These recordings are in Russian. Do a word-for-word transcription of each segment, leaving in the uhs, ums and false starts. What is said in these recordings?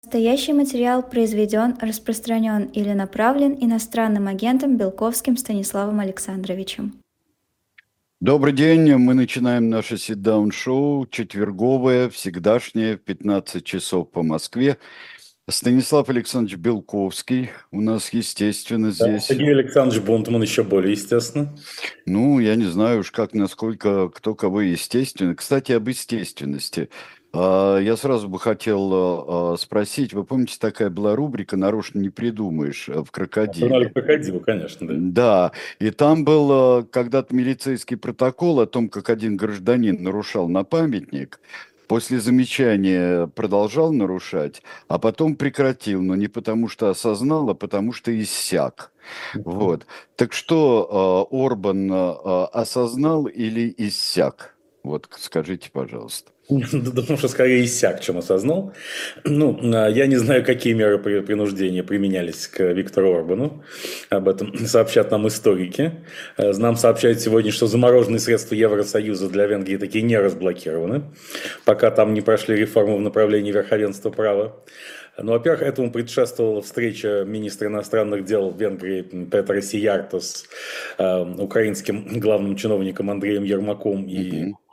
Настоящий материал произведен, распространен или направлен иностранным агентом Белковским Станиславом Александровичем. Добрый день, мы начинаем наше сит-даун-шоу, четверговое, всегдашнее, в пятнадцать часов по Москве. Станислав Александрович Белковский у нас, естественно, Да, здесь. Сергей Александрович Бунтман еще более естественно. Ну, я не знаю уж как, насколько, кто кого естественно. Кстати, об естественности. А, Я сразу бы хотел а, а, спросить, вы помните, такая была рубрика «Нарочно не придумаешь» э, в Журнале «Крокодиле». «Крокодил», конечно, да. Да, и там был э, когда-то милицейский протокол о том, как один гражданин нарушал на памятник, после замечания продолжал нарушать, а потом прекратил, но не потому что осознал, а потому что иссяк. Вот. Так что э, Орбан э, э, осознал или иссяк? Вот скажите, пожалуйста. Думаю, что скорее иссяк, чем осознал. Ну, а, я не знаю, какие меры при- принуждения применялись к Виктору Орбану. Об этом сообщат нам историки. Э, Нам сообщают сегодня, что замороженные средства Евросоюза для Венгрии такие не разблокированы, пока там не прошли реформы в направлении верховенства права. Ну, во-первых, этому предшествовала встреча министра иностранных дел в Венгрии Петра Сиярто с э, украинским главным чиновником Андреем Ермаком и Мгм.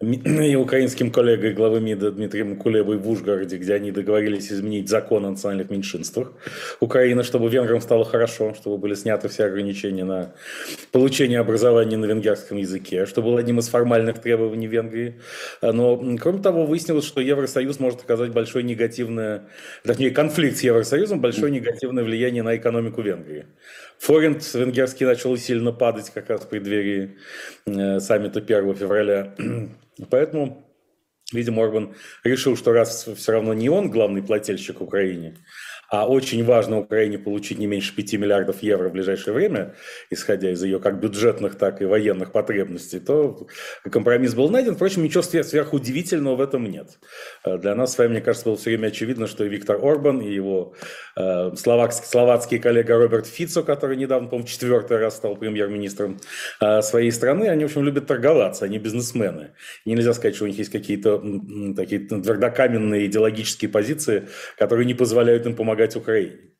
и украинским коллегой главы МИДа Дмитрием Кулебой в Ужгороде, где они договорились изменить закон о национальных меньшинствах Украины, чтобы венграм стало хорошо, чтобы были сняты все ограничения на получение образования на венгерском языке, что было одним из формальных требований Венгрии. Но, кроме того, выяснилось, что Евросоюз может оказать большое негативное, точнее, конфликт с Евросоюзом, большое негативное влияние на экономику Венгрии. Форинт венгерский начал сильно падать как раз в преддверии э, саммита первого февраля. Поэтому, видимо, Орбан решил, что раз все равно не он главный плательщик Украине, а очень важно Украине получить не меньше пяти миллиардов евро в ближайшее время, исходя из ее как бюджетных, так и военных потребностей, то компромисс был найден. Впрочем, ничего сверхудивительного в этом нет. Для нас с вами, мне кажется, было все время очевидно, что и Виктор Орбан, и его э, словакский, словацкий коллега Роберт Фицо, который недавно, по-моему, четвертый раз стал премьер-министром э, своей страны, они, в общем, любят торговаться, они бизнесмены. И нельзя сказать, что у них есть какие-то м, такие твердокаменные идеологические позиции, которые не позволяют им помогать Украине.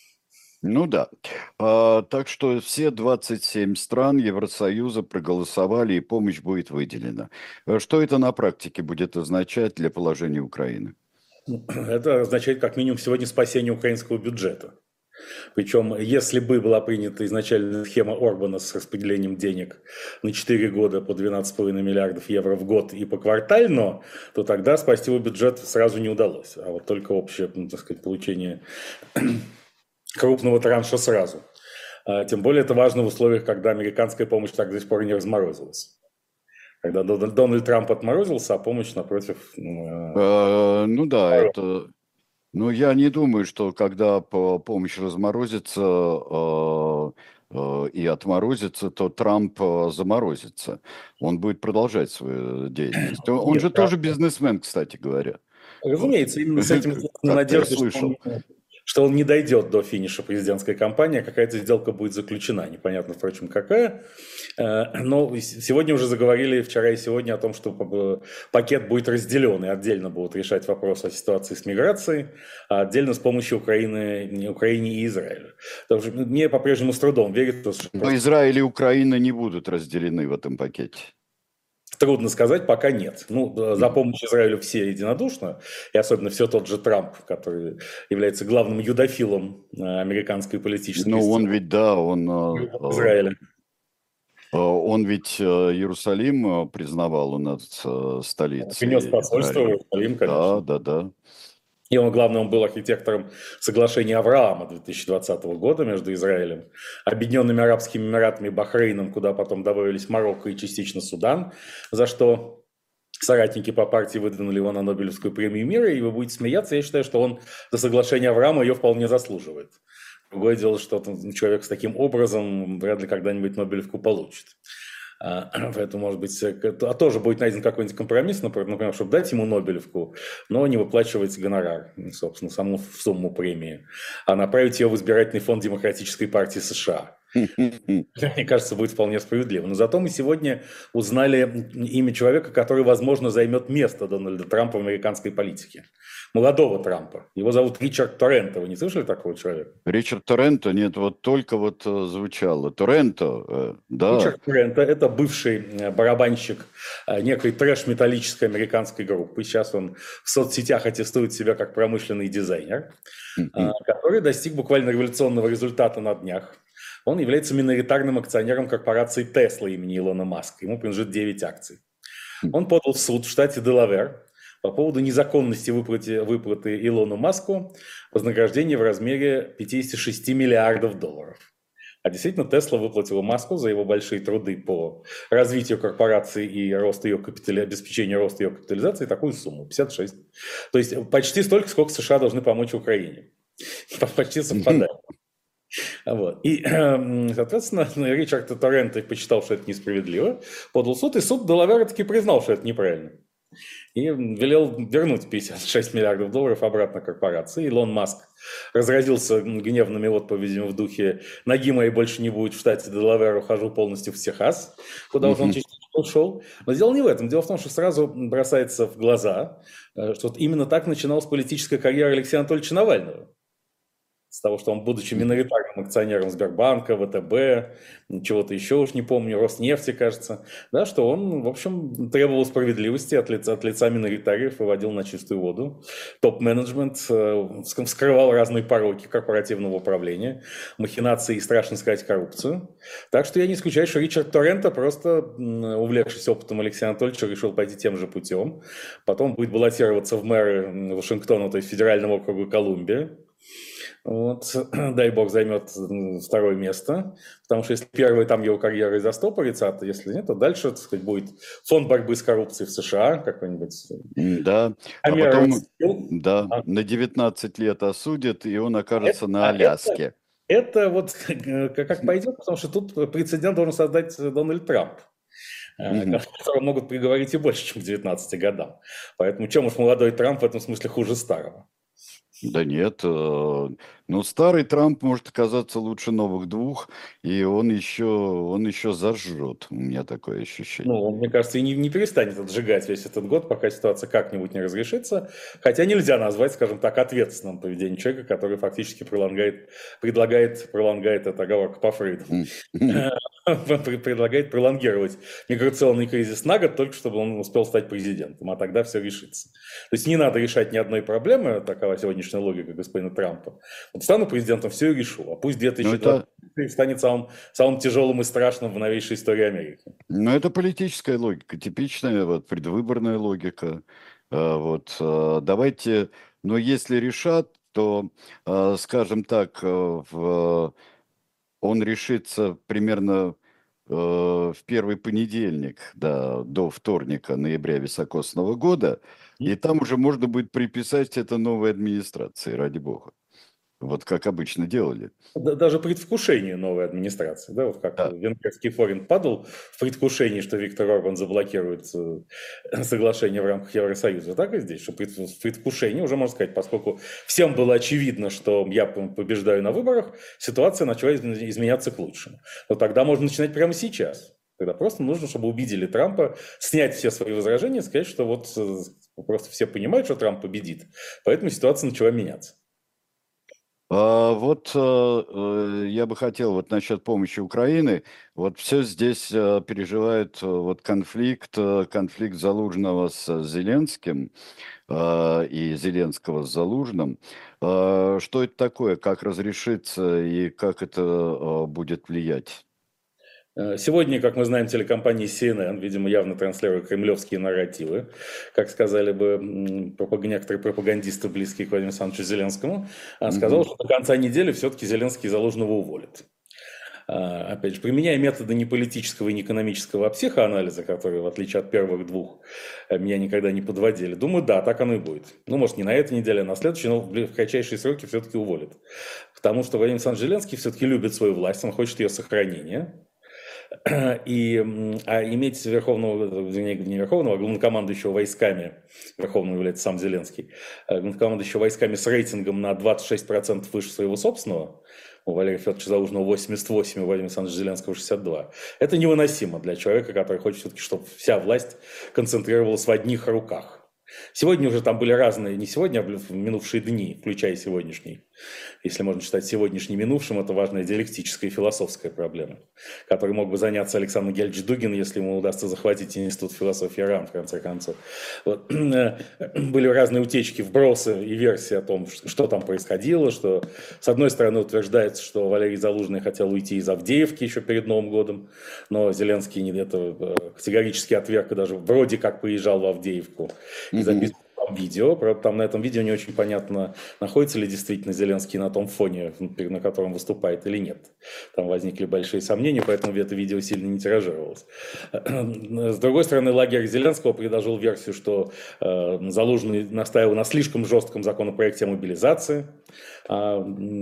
Ну да. А, так что все двадцать семь стран Евросоюза проголосовали, и помощь будет выделена. А что это на практике будет означать для положения Украины? Это означает как минимум сегодня спасение украинского бюджета. Причем, если бы была принята изначальная схема Орбана с распределением денег на четыре года по двенадцать с половиной миллиардов евро в год и поквартально, то тогда спасти его бюджет сразу не удалось. А вот только общее, ну, так сказать, получение крупного транша сразу. А, Тем более это важно в условиях, когда американская помощь так до сих пор не разморозилась. Когда Дональд Дональд Трамп отморозился, а помощь, напротив, ну, э, А, ну да, отморозилась. это... Ну, я не думаю, что когда по- помощь разморозится э, э, и отморозится, то Трамп э, заморозится. Он будет продолжать свою деятельность. Он он Нет, же тоже бизнесмен, кстати говоря. Вот. разумеется, именно с этим связана Как-то я надежда, что он, слышал. что он не дойдет до финиша президентской кампании, а какая-то сделка будет заключена. Непонятно, впрочем, какая. Э, Но с- сегодня уже заговорили, вчера и сегодня, о том, что п- пакет будет разделен, и отдельно будут решать вопрос о ситуации с миграцией, а отдельно с помощью Украины, Украине и Израиля. Потому что мне по-прежнему с трудом верится, что Но просто Израиль и Украина не будут разделены в этом пакете. трудно сказать, пока нет. Ну, да, за Мгм. помощь Израилю все единодушно, и особенно все тот же Трамп, который является главным юдофилом э, американской политической Ну, он сцены ведь, да, он, э, э, Израиля. э, он ведь э, Иерусалим э, признавал у нас э, Принес столицей посольство в Израиля. Иерусалим, Да, конечно. да, да. И он, главное, он был архитектором соглашения Авраама две тысячи двадцатого года между Израилем, Объединенными Арабскими Эмиратами и Бахрейном, куда потом добавились Марокко и частично Судан, за что соратники по партии выдвинули его на Нобелевскую премию мира, и вы будете смеяться, я считаю, что он за соглашение Авраама ее вполне заслуживает. Другое дело, что человек с таким образом вряд ли когда-нибудь Нобелевку получит. А, Поэтому, может быть, а тоже будет найден какой-нибудь компромисс, например, чтобы дать ему Нобелевку, но не выплачивать гонорар, собственно, саму сумму премии, а направить ее в избирательный фонд Демократической партии США. Мне кажется, будет вполне справедливо. Но зато мы сегодня узнали имя человека, который, возможно, займет место Дональда Трампа в американской политике. Молодого Трампа. Его зовут Ричард Торренто. Вы не слышали такого человека? Ричард Торренто, нет, вот только вот э, звучало. Торренто, э, да. Ричард Торренто – это бывший э, барабанщик э, некой трэш-металлической американской группы. Сейчас он в соцсетях аттестует себя как промышленный дизайнер, э, который достиг буквально революционного результата на днях. Он является миноритарным акционером корпорации Tesla имени Илона Маска. Ему принадлежит девять акций. Он подал в суд в штате Делавэр по поводу незаконности выплаты, выплаты Илону Маску вознаграждения в размере пятьдесят шесть миллиардов долларов. А действительно, Tesla выплатила Маску за его большие труды по развитию корпорации и росту ее капитали... обеспечению роста ее капитализации такую сумму – пятьдесят шесть. То есть почти столько, сколько США должны помочь Украине. Почти совпадает. Вот. И, соответственно, Ричард Торренто посчитал, что это несправедливо, подал в суд, и суд Делавера таки признал, что это неправильно. И велел вернуть пятьдесят шесть миллиардов долларов обратно корпорации. Илон Маск разразился гневными отповедями в духе «Ноги моей больше не будет в штате Делавер, ухожу полностью в Техас», куда уже он частично ушел. Но дело не в этом. Дело в том, что сразу бросается в глаза, что вот именно так начиналась политическая карьера Алексея Анатольевича Навального. С того, что он, будучи миноритарным акционером Сбербанка, ВТБ, чего-то еще уж не помню, Роснефти, кажется, да, что он, в общем, требовал справедливости от лица, от лица миноритариев, выводил на чистую воду. Топ-менеджмент э, скрывал разные пороки корпоративного управления, махинации и, страшно сказать, коррупцию. Так что я не исключаю, что Ричард Торренто, просто увлекшись опытом Алексея Анатольевича, решил пойти тем же путем. Потом будет баллотироваться в мэры Вашингтона, то есть федерального округа Колумбия. Вот, дай бог, займет второе место, потому что если первый там его карьера и застопорится, а если нет, то дальше, так сказать, будет фонд борьбы с коррупцией в США какой-нибудь. Да, а потом да, а... на девятнадцать лет осудят, и он окажется это, на Аляске. Это, это вот как пойдет, потому что тут прецедент должен создать Дональд Трамп, mm-hmm. которого могут приговорить и больше, чем к девятнадцати годам. Поэтому чем уж молодой Трамп в этом смысле хуже старого? Да нет, ну старый Трамп может оказаться лучше новых двух, и он еще, он еще зажжет, у меня такое ощущение. Ну, мне кажется, и не, не перестанет отжигать весь этот год, пока ситуация как-нибудь не разрешится, хотя нельзя назвать, скажем так, ответственным поведением человека, который фактически пролонгает, предлагает, пролонгает, это оговорка по Фрейду, предлагает пролонгировать миграционный кризис на год, только чтобы он успел стать президентом, а тогда все решится. То есть не надо решать ни одной проблемы, такова сегодняшняя логика господина Трампа. Вот стану президентом, все и решу, а пусть две тысячи двадцатый это... станет самым, самым тяжелым и страшным в новейшей истории Америки. Ну, это политическая логика, типичная вот, предвыборная логика. Вот, давайте, но если решат, то, скажем так, в... он решится примерно в первый понедельник, да, до вторника, ноября високосного года, и там уже можно будет приписать это новой администрации, ради бога. Вот как обычно делали. Даже предвкушение новой администрации. Да? Вот как да. Венгерский форин падал в предвкушении, что Виктор Орбан заблокирует соглашение в рамках Евросоюза. Так и здесь, что в предвкушении уже можно сказать, поскольку всем было очевидно, что я побеждаю на выборах, ситуация начала изменяться к лучшему. Но тогда можно начинать прямо сейчас. Тогда просто нужно, чтобы убедили Трампа снять все свои возражения и сказать, что вот просто все понимают, что Трамп победит. Поэтому ситуация начала меняться. А, вот а, я бы хотел вот насчет помощи Украины. Вот все здесь а, переживает вот конфликт, конфликт Залужного с Зеленским а, и Зеленского с Залужным. А, что это такое, как разрешится и как это а, будет влиять? Сегодня, как мы знаем, телекомпания си эн эн, видимо, явно транслирует кремлевские нарративы, как сказали бы некоторые пропагандисты, близкие к Владимиру Александровичу Зеленскому, сказал, mm-hmm. что до конца недели все-таки Зеленский Залужного уволит. Опять же, применяя методы не политического и не экономического, а психоанализа, которые, в отличие от первых двух, меня никогда не подводили, думаю, да, так оно и будет. Ну, может, не на этой неделе, а на следующей, но в кратчайшие сроки все-таки уволит. Потому что Владимир Александрович Зеленский все-таки любит свою власть, он хочет ее сохранения. И а иметь верховного, не верховного, а главнокомандующего войсками, верховным является сам Зеленский, главнокомандующего войсками с рейтингом на двадцать шесть процентов выше своего собственного, у Валерия Федоровича Залужного восемьдесят восемь, у Владимира Александровича Зеленского шестьдат два. Это невыносимо для человека, который хочет все-таки, чтобы вся власть концентрировалась в одних руках. Сегодня уже там были разные, не сегодня, а в минувшие дни, включая сегодняшний. Если можно считать сегодняшний минувшим, это важная диалектическая и философская проблема, которой мог бы заняться Александр Гельевич Дугин, если ему удастся захватить Институт философии РАН, в конце концов. Вот. Были разные утечки, вбросы и версии о том, что там происходило, что, с одной стороны, утверждается, что Валерий Залужный хотел уйти из Авдеевки еще перед Новым годом, но Зеленский это категорически отверг и даже вроде как приезжал в Авдеевку и записывал там видео. Правда, там на этом видео не очень понятно, находится ли действительно Зеленский на том фоне, на котором выступает, или нет. Там возникли большие сомнения, поэтому это видео сильно не тиражировалось. С другой стороны, лагерь Зеленского предложил версию, что э, Залужный настаивал на слишком жестком законопроекте о мобилизации. А,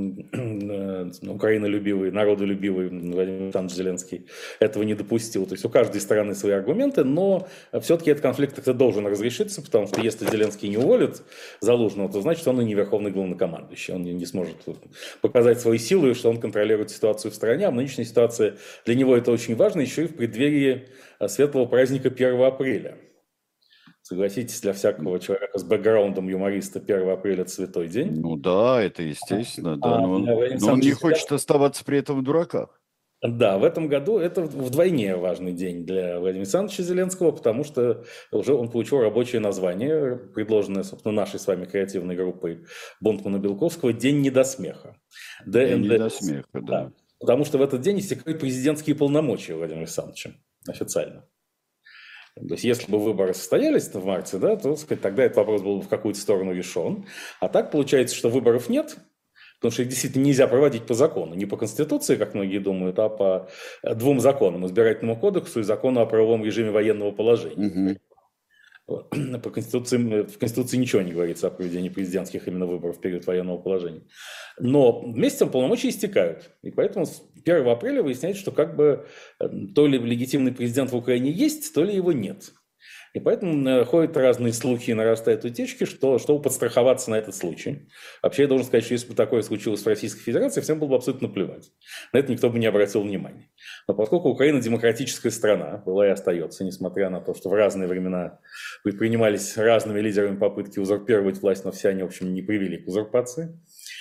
э, украинолюбивый, народолюбивый Владимир Александрович Зеленский этого не допустил. То есть у каждой стороны свои аргументы, но все-таки этот конфликт как-то должен разрешиться, потому что если Зеленский не уволит Залужного, то значит он и не верховный главнокомандующий. Он не, не сможет показать свои силы, что он контролирует ситуацию в стране. А в нынешней ситуации для него это очень важно, еще и в преддверии светлого праздника первого апреля. Согласитесь, для всякого человека с бэкграундом юмориста первого апреля – это святой день. Ну да, это естественно, да. А, Но он, но он не хочет оставаться при этом в дураках. Да, в этом году это вдвойне важный день для Владимира Александровича Зеленского, потому что уже он получил рабочее название, предложенное, собственно, нашей с вами креативной группой Бунтмана-Белковского «День не до смеха». День не до смеха, да. да. Потому что в этот день истекают президентские полномочия Владимира Александровича официально. То есть, если бы выборы состоялись в марте, да, то, сказать, тогда этот вопрос был бы в какую-то сторону решен. А так получается, что выборов нет, потому что их действительно нельзя проводить по закону. Не по Конституции, как многие думают, а по двум законам. Избирательному кодексу и закону о правовом режиме военного положения. Угу. По Конституции, в Конституции ничего не говорится о проведении президентских именно выборов в период военного положения. Но вместе с тем полномочия истекают. И поэтому с первого апреля выясняется, что как бы то ли легитимный президент в Украине есть, то ли его нет. И поэтому ходят разные слухи и нарастают утечки, что, чтобы подстраховаться на этот случай. Вообще, я должен сказать, что если бы такое случилось в Российской Федерации, всем было бы абсолютно плевать. На это никто бы не обратил внимания. Но поскольку Украина демократическая страна, была и остается, несмотря на то, что в разные времена предпринимались разными лидерами попытки узурпировать власть, но все они, в общем, не привели к узурпации,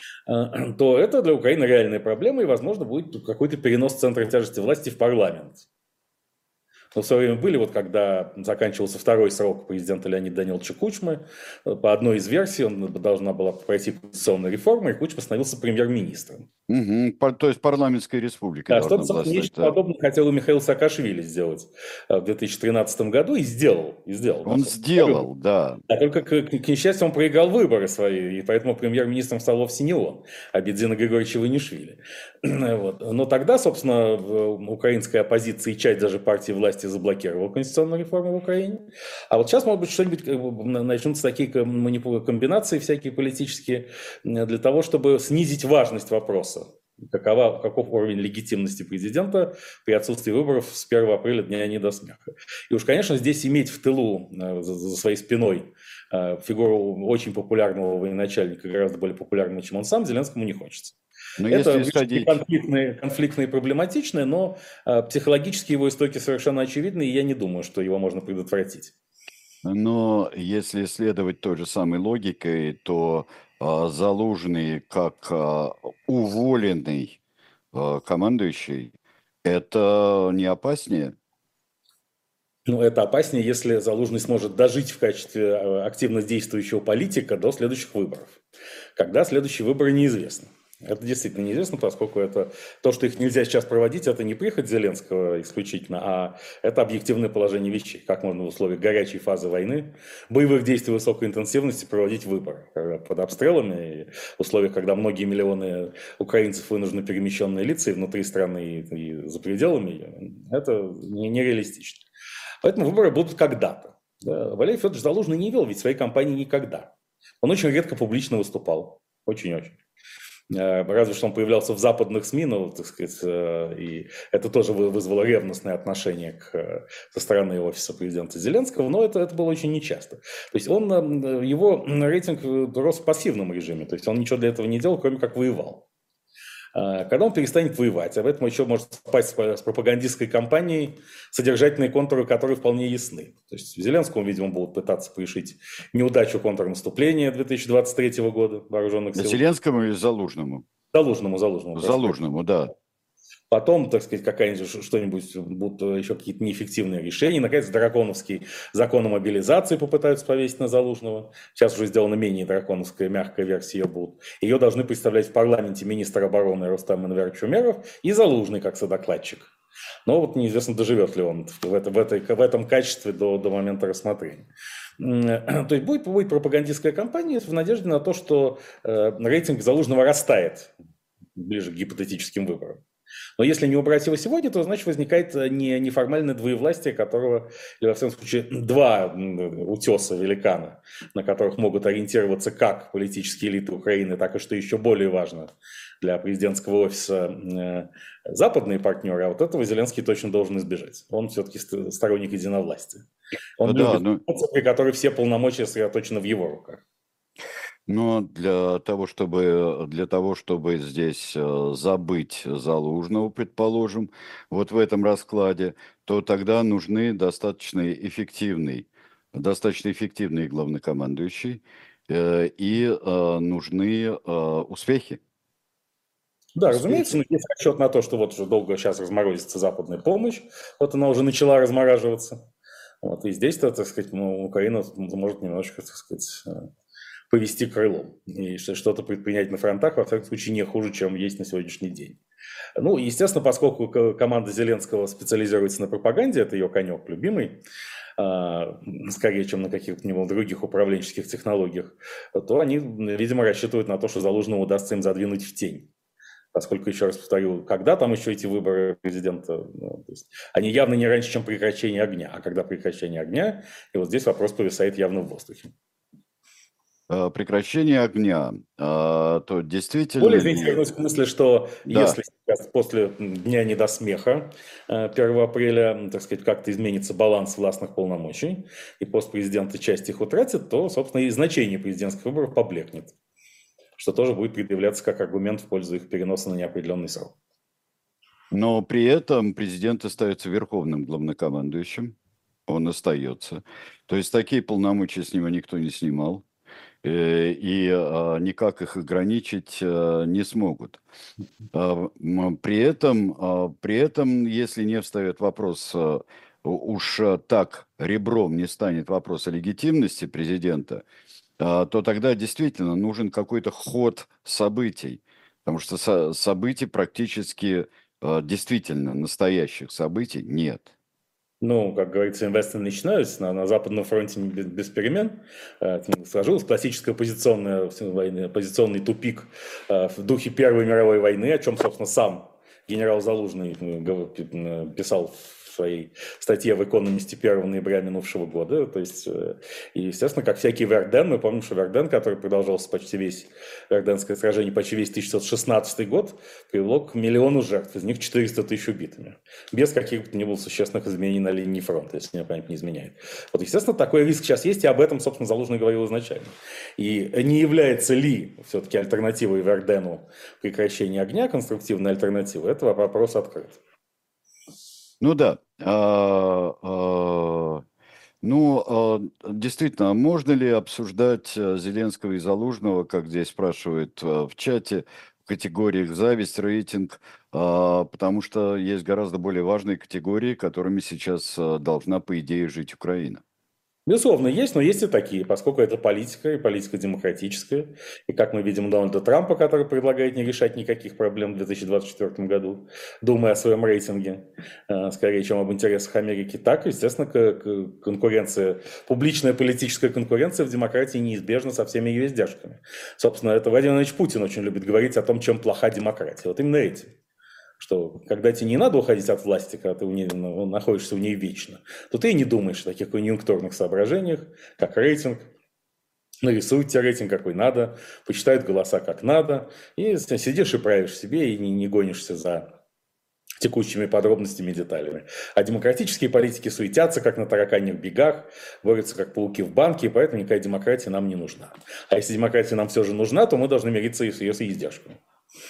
то это для Украины реальная проблема, и, возможно, будет какой-то перенос центра тяжести власти в парламент. Но в свое время были, вот когда заканчивался второй срок президента Леонида Даниловича Кучмы, по одной из версий он должна была пройти конституционная реформа, и Кучма становился премьер-министром. Угу. То есть парламентская республика. Да, что-то нечто да. подобное хотел и Михаил Саакашвили сделать в две тысячи тринадцатом году, и сделал. И сделал он сделал, да. А только, к, к несчастью, он проиграл выборы свои, и поэтому премьер-министром стал вовсе не он, а Бедзина Григорьевич Иванишвили. Вот. Но тогда, собственно, украинская оппозиция и часть даже партии власти заблокировала конституционную реформу в Украине. А вот сейчас, может быть, что-нибудь начнутся такие комбинации всякие политические для того, чтобы снизить важность вопроса. Какова, каков уровень легитимности президента при отсутствии выборов с первого апреля дня не до смеха. И уж, конечно, здесь иметь в тылу за, за своей спиной фигуру очень популярного военачальника, гораздо более популярного, чем он сам, Зеленскому не хочется. Но это исходить... конфликтное, конфликтное и проблематичное, но э, психологически его истоки совершенно очевидны, и я не думаю, что его можно предотвратить. Но если следовать той же самой логикой, то э, Залужный как э, уволенный э, командующий, это не опаснее? Ну, это опаснее, если Залужный сможет дожить в качестве активно действующего политика до следующих выборов. Когда следующие выборы, неизвестно. Это действительно неизвестно, поскольку это то, что их нельзя сейчас проводить, это не прихоть Зеленского исключительно, а это объективное положение вещей. Как можно в условиях горячей фазы войны, боевых действий высокой интенсивности проводить выборы под обстрелами, в условиях, когда многие миллионы украинцев вынуждены перемещенные лица и внутри страны, и за пределами ее, это нереалистично. Поэтому выборы будут когда-то. Да. Валерий Федорович Залужный не вел ведь своей кампании никогда. Он очень редко публично выступал. Очень-очень. Разве что он появлялся в западных СМИ, ну, так сказать, и это тоже вызвало ревностное отношение к, со стороны офиса президента Зеленского, но это, это было очень нечасто. То есть он, его рейтинг рос в пассивном режиме, то есть он ничего для этого не делал, кроме как воевал. когда он перестанет воевать. Об этом еще может спать с пропагандистской кампанией, содержательные контуры которой вполне ясны. То есть Зеленскому, видимо, будут пытаться пришить неудачу контрнаступления две тысячи двадцать третьего года вооруженных сил. Зеленскому или Залужному? Залужному, Залужному. Залужному, да. Потом, так сказать, какая-нибудь что-нибудь, будут еще какие-то неэффективные решения. Наконец, драконовский закон о мобилизации попытаются повесить на Залужного. Сейчас уже сделана менее драконовская, мягкая версия ее будет. Ее должны представлять в парламенте министр обороны Рустам Энверович Умеров и Залужный как содокладчик. Но вот неизвестно, доживет ли он в, это, в, этой, в этом качестве до, до момента рассмотрения. То есть будет, будет пропагандистская кампания в надежде на то, что э, рейтинг Залужного растает ближе к гипотетическим выборам. Но если не убрать его сегодня, то, значит, возникает не, неформальное двоевластие, которого, или, во всяком случае, два утеса великана, на которых могут ориентироваться как политические элиты Украины, так и, что еще более важно для президентского офиса, западные партнеры. А вот этого Зеленский точно должен избежать. Он все-таки сторонник единовластия. Он да, любит ну... ситуацию, при которой все полномочия сосредоточены в его руках. Но для того, чтобы, для того, чтобы здесь э, забыть Залужного, предположим, вот в этом раскладе, то тогда нужны достаточно эффективный, достаточно эффективный главнокомандующий э, и э, нужны э, успехи. Да, Успехи. разумеется, но есть расчет на то, что вот уже долго сейчас разморозится западная помощь, вот она уже начала размораживаться. Вот, и здесь-то, так сказать, ну, Украина может немножечко, так сказать, повести крылом и что-то предпринять на фронтах, во всяком случае, не хуже, чем есть на сегодняшний день. Ну, естественно, поскольку команда Зеленского специализируется на пропаганде, это ее конек любимый, скорее, чем на каких-нибудь других управленческих технологиях, то они, видимо, рассчитывают на то, что Залужному удастся им задвинуть в тень. Поскольку, еще раз повторю, когда там еще эти выборы президента, ну, то есть они явно не раньше, чем прекращение огня. А когда прекращение огня, и вот здесь вопрос повисает явно в воздухе. Прекращение огня, то действительно... Более извините, вернусь к мысли, что да. если сейчас после Дня не до смеха первого апреля, так сказать, как-то изменится баланс властных полномочий, и пост президента часть их утратит, то, собственно, и значение президентских выборов поблекнет, что тоже будет предъявляться как аргумент в пользу их переноса на неопределенный срок. Но при этом президент остается верховным главнокомандующим, он остается. То есть такие полномочия с него никто не снимал. И а, никак их ограничить а, не смогут. А, при этом, а, при этом, если не встает вопрос, а, уж так ребром не станет вопрос о легитимности президента, а, то тогда действительно нужен какой-то ход событий, потому что со- событий практически а, действительно настоящих событий нет. Ну, как говорится, инвесторы начинаются на, на Западном фронте без, без перемен. Э, сложилась классическая оппозиционная, оппозиционный тупик э, в духе Первой мировой войны, о чем, собственно, сам генерал Залужный э, писал в своей статье в «Экономисте» первого ноября минувшего года. То есть, э, и, естественно, как всякий Верден, мы помним, что Верден, который продолжался почти весь, Верденское сражение, почти весь тысяча девятьсот шестнадцатый год, привело к миллиону жертв, из них четыреста тысяч убитыми, без каких-то ни было существенных изменений на линии фронта, если мне память не изменяет. Вот, естественно, такой риск сейчас есть, и об этом, собственно, Залужный говорил изначально. И не является ли все-таки альтернативой Вердену прекращение огня, конструктивной альтернативой, это вопрос открыт. Ну да, а, а, ну а, действительно, можно ли обсуждать Зеленского и Залужного, как здесь спрашивают в чате, в категориях зависть, рейтинг, а, потому что есть гораздо более важные категории, которыми сейчас должна, по идее, жить Украина. Безусловно, есть, но есть и такие, поскольку это политика, и политика демократическая. И как мы видим у Дональда Трампа, который предлагает не решать никаких проблем в две тысячи двадцать четвёртом году, думая о своем рейтинге, скорее, чем об интересах Америки, так, естественно, конкуренция, публичная политическая конкуренция в демократии неизбежна со всеми ее издержками. Собственно, это Владимир Владимирович Путин очень любит говорить о том, чем плоха демократия. Вот именно этим. Что когда тебе не надо уходить от власти, когда ты у нее, ну, находишься у нее вечно, то ты и не думаешь о таких конъюнктурных соображениях, как рейтинг, нарисуют тебе рейтинг, какой надо, посчитают голоса, как надо, и сидишь и правишь себе, и не, не гонишься за текущими подробностями и деталями. А демократические политики суетятся, как на тараканьих бегах, борются, как пауки в банке, и поэтому никакая демократия нам не нужна. А если демократия нам все же нужна, то мы должны мириться с ее издержками.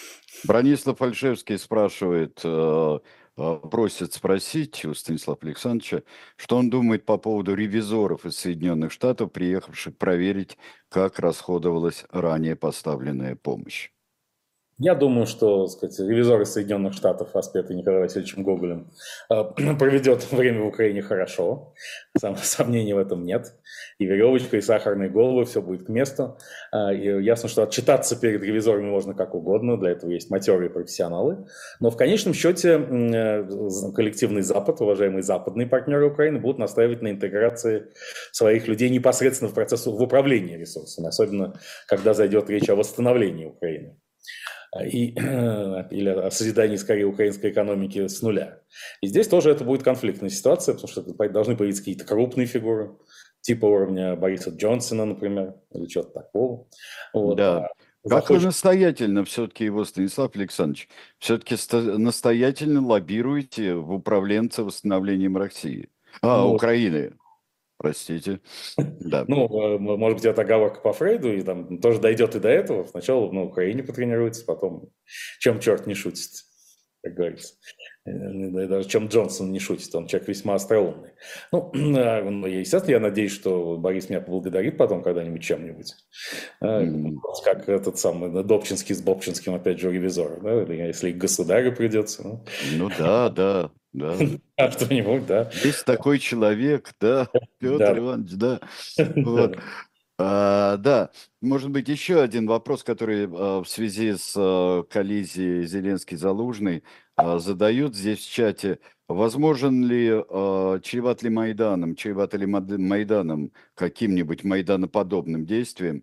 Бронислав Ольшевский спрашивает, э, э, просит спросить у Станислава Александровича, что он думает по поводу ревизоров из Соединенных Штатов, приехавших проверить, как расходовалась ранее поставленная помощь. Я думаю, что, так сказать, ревизор из Соединенных Штатов, воспетый Николаем Васильевичем Гоголем, э, проведет время в Украине хорошо. Сом- Сомнений в этом нет. И веревочка, и сахарные головы, все будет к месту. А, И ясно, что отчитаться перед ревизорами можно как угодно, для этого есть матерые профессионалы. Но в конечном счете м, э, коллективный Запад, уважаемые западные партнеры Украины, будут настаивать на интеграции своих людей непосредственно в процесс в управлении ресурсами, особенно когда зайдет речь о восстановлении Украины. И, или о созидании, скорее, украинской экономики с нуля. И здесь тоже это будет конфликтная ситуация, потому что должны появиться какие-то крупные фигуры, типа уровня Бориса Джонсона, например, или чего-то такого. Вот. Да. А Как вы захочет- настоятельно все-таки его, Станислав Александрович, все-таки настоятельно лоббируете в управленца восстановлением России? А, ну, Украины, простите. Да. ну, э, может быть, это оговорка по Фрейду, и там тоже дойдет и до этого. Сначала на Украине потренируется, потом чем черт не шутит, как говорится. Э, да, даже чем Джонсон не шутит, он человек весьма остроумный. Ну, а, ну, я, естественно, я надеюсь, что Борис меня поблагодарит потом когда-нибудь чем-нибудь. А, Мгм. Как этот самый Добчинский с Бобчинским, опять же, у ревизора. Да? Или если и к государю придется. Ну, Ну да, да, да. а что-нибудь, да. Есть такой человек, да, Петр Да, Иванович, да. да. Вот. А, да, может быть, еще один вопрос, который а, в связи с а, коллизией Зеленский-Залужный а, задают здесь в чате. Возможен ли, а, чреват ли Майданом, чревато ли Мад- Майданом каким-нибудь майданоподобным действием,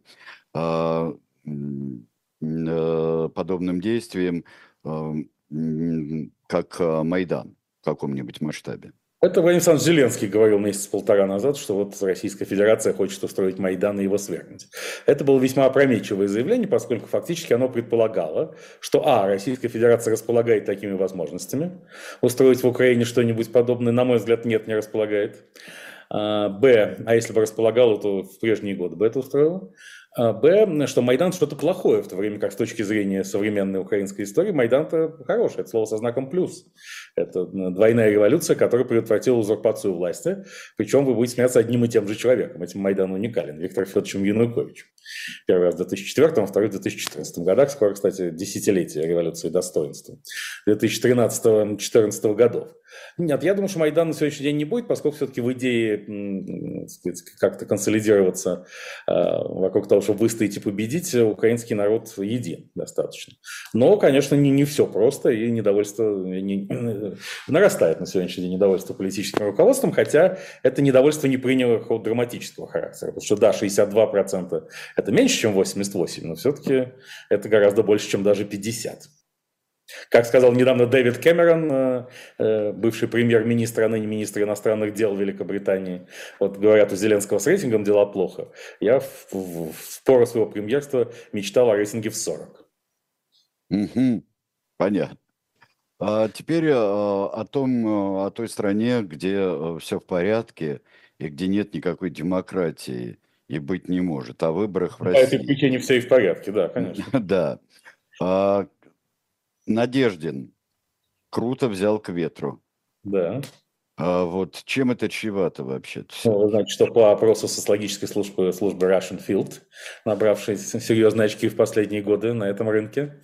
а, м, э, подобным действием, а, м, как а, Майдан в каком-нибудь масштабе? Это Владимир Александрович Зеленский говорил месяц-полтора назад, что вот Российская Федерация хочет устроить Майдан и его свергнуть. Это было весьма опрометчивое заявление, поскольку фактически оно предполагало, что а. Российская Федерация располагает такими возможностями, устроить в Украине что-нибудь подобное, на мой взгляд, нет, не располагает. А, б. А если бы располагала, то в прежние годы бы это устроило. А, Б. Что Майдан что-то плохое, в то время как с точки зрения современной украинской истории Майдан-то хороший, это слово со знаком плюс. Это двойная революция, которая предотвратила узурпацию власти. Причем вы будете смеяться одним и тем же человеком. Этим Майдан уникален. Виктором Федоровичем Януковичем. Первый раз в две тысячи четвёртом, второй в две тысячи четырнадцатом годах. Скоро, кстати, десятилетие революции достоинства. две тысячи тринадцатого - две тысячи четырнадцатого годов. Нет, я думаю, что Майдан на сегодняшний день не будет, поскольку все-таки в идее м, сказать, как-то консолидироваться э, вокруг того, чтобы выстоять и победить, украинский народ един достаточно. Но, конечно, не, не все просто, и недовольство не, нарастает на сегодняшний день недовольство политическим руководством, хотя это недовольство не приняло какого-то драматического характера, потому что да, шестьдесят два процента это меньше, чем восемьдесят восемь процентов, но все-таки это гораздо больше, чем даже пятьдесят процентов. Как сказал недавно Дэвид Кэмерон, бывший премьер-министр, а ныне министр иностранных дел Великобритании, вот говорят, у Зеленского с рейтингом дела плохо. Я в, в, в пору своего премьерства мечтал о рейтинге в сорок. Мгм. Понятно. А теперь э, о том, э, о той стране, где все в порядке и где нет никакой демократии и быть не может, о выборах в По этой России. причине все и в порядке, да, конечно. Да. А, Надеждин круто взял к ветру. Да. А вот чем это чревато вообще-то? Ну, вы знаете, что по опросу социологической службы, службы Russian Field, набравшей серьезные очки в последние годы на этом рынке,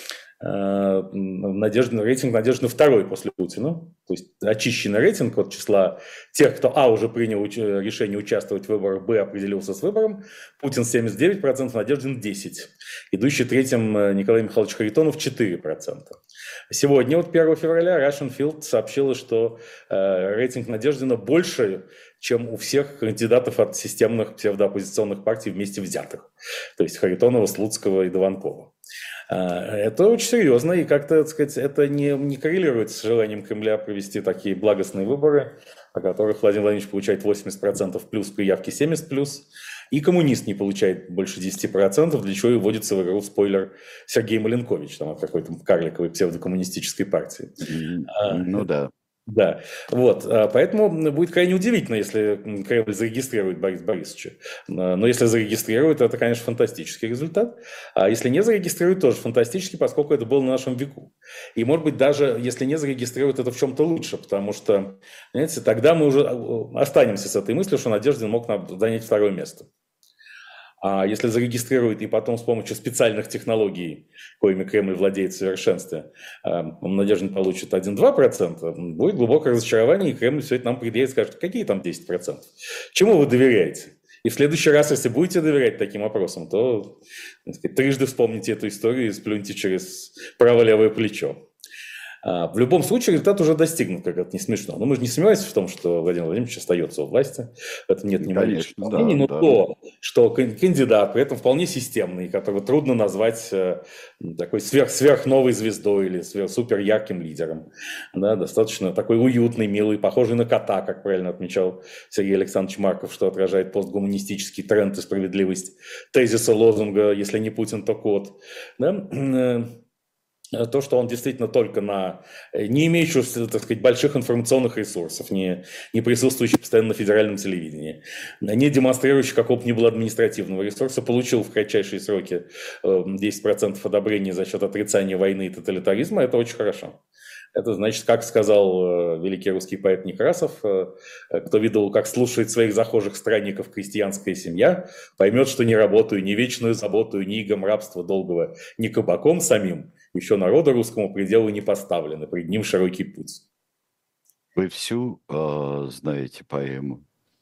Надежда, рейтинг Надежды второй после Путина. То есть очищенный рейтинг от числа тех, кто а. уже принял уч- решение участвовать в выборах, б. определился с выбором. Путин семьдесят девять процентов, Надеждин десять процентов. Идущий третьим Николай Михайлович Харитонов четыре процента. Сегодня, вот первого февраля, Russian Field сообщила, что э, рейтинг Надеждина больше, чем у всех кандидатов от системных псевдооппозиционных партий вместе взятых. То есть Харитонова, Слуцкого и Дованкова. Это очень серьезно, и как-то, так сказать, это не, не коррелирует с желанием Кремля провести такие благостные выборы, о которых Владимир Владимирович получает восемьдесят процентов плюс, при явке семьдесят плюс, и коммунист не получает больше десять процентов, для чего и вводится в игру спойлер Сергей Маленкович, там, от какой-то карликовой псевдокоммунистической партии. Ну да. Да, вот, а, поэтому будет крайне удивительно, если Кремль зарегистрирует Бориса Борисовича. А, Но если зарегистрирует, это, конечно, фантастический результат. А если не зарегистрирует, тоже фантастический, поскольку это было на нашем веку. И, может быть, даже если не зарегистрирует, это в чем-то лучше, потому что, знаете, тогда мы уже а, останемся с этой мыслью, что Надеждин мог нам занять второе место. А если зарегистрирует и потом с помощью специальных технологий, коими Кремль владеет в совершенстве, э, Надеждин получит один-два процента, будет глубокое разочарование, и Кремль все это нам предъявит и скажет, какие там десять процентов? Чему вы доверяете? И в следующий раз, если будете доверять таким опросам, то, так сказать, трижды вспомните эту историю и сплюньте через право-левое плечо. А, В любом случае результат уже достигнут, как это не смешно. Но мы же не сомневаемся в том, что Владимир Владимирович остается у власти. В этом нет ни малейших Конечно, сомнений. да, Но да. то, что кан- кандидат, при этом вполне системный, которого трудно назвать э, такой сверх, сверхновой звездой или сверх, супер ярким лидером, да, достаточно такой уютный, милый, похожий на кота, как правильно отмечал Сергей Александрович Марков, что отражает постгуманистический тренд и справедливость тезиса, лозунга «если не Путин, то кот». Да? Э, То, что он действительно только на, э, не имеющий, так сказать, больших информационных ресурсов, не, не присутствующий постоянно на федеральном телевидении, не демонстрирующий какого бы ни было административного ресурса, получил в кратчайшие сроки э, десять процентов одобрения за счет отрицания войны и тоталитаризма, это очень хорошо. Это значит, как сказал э, великий русский поэт Некрасов, э, э, кто видел, как слушает своих захожих странников крестьянская семья, поймет, что не работаю ни вечную заботую, ни игом рабства долгого, ни кабаком самим, еще народу русскому пределу не поставлен, и пред ним широкий путь. Вы всю э, знаете поэму?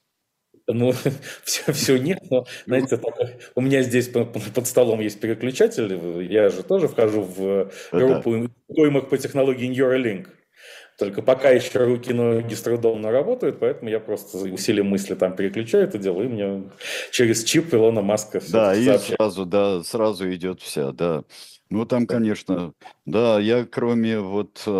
Ну, все, все нет, но, знаете, только у меня здесь по- по- под столом есть переключатель, я же тоже вхожу в Да, группу коимок по технологии Neuralink. Только пока еще руки, ноги с трудом но работают, поэтому я просто усилием мысли там переключаю это дело, и мне через чип Илона Маска все да, и сообщает. сразу, да, сразу идет вся, да. Ну, там, конечно, да, я кроме вот э,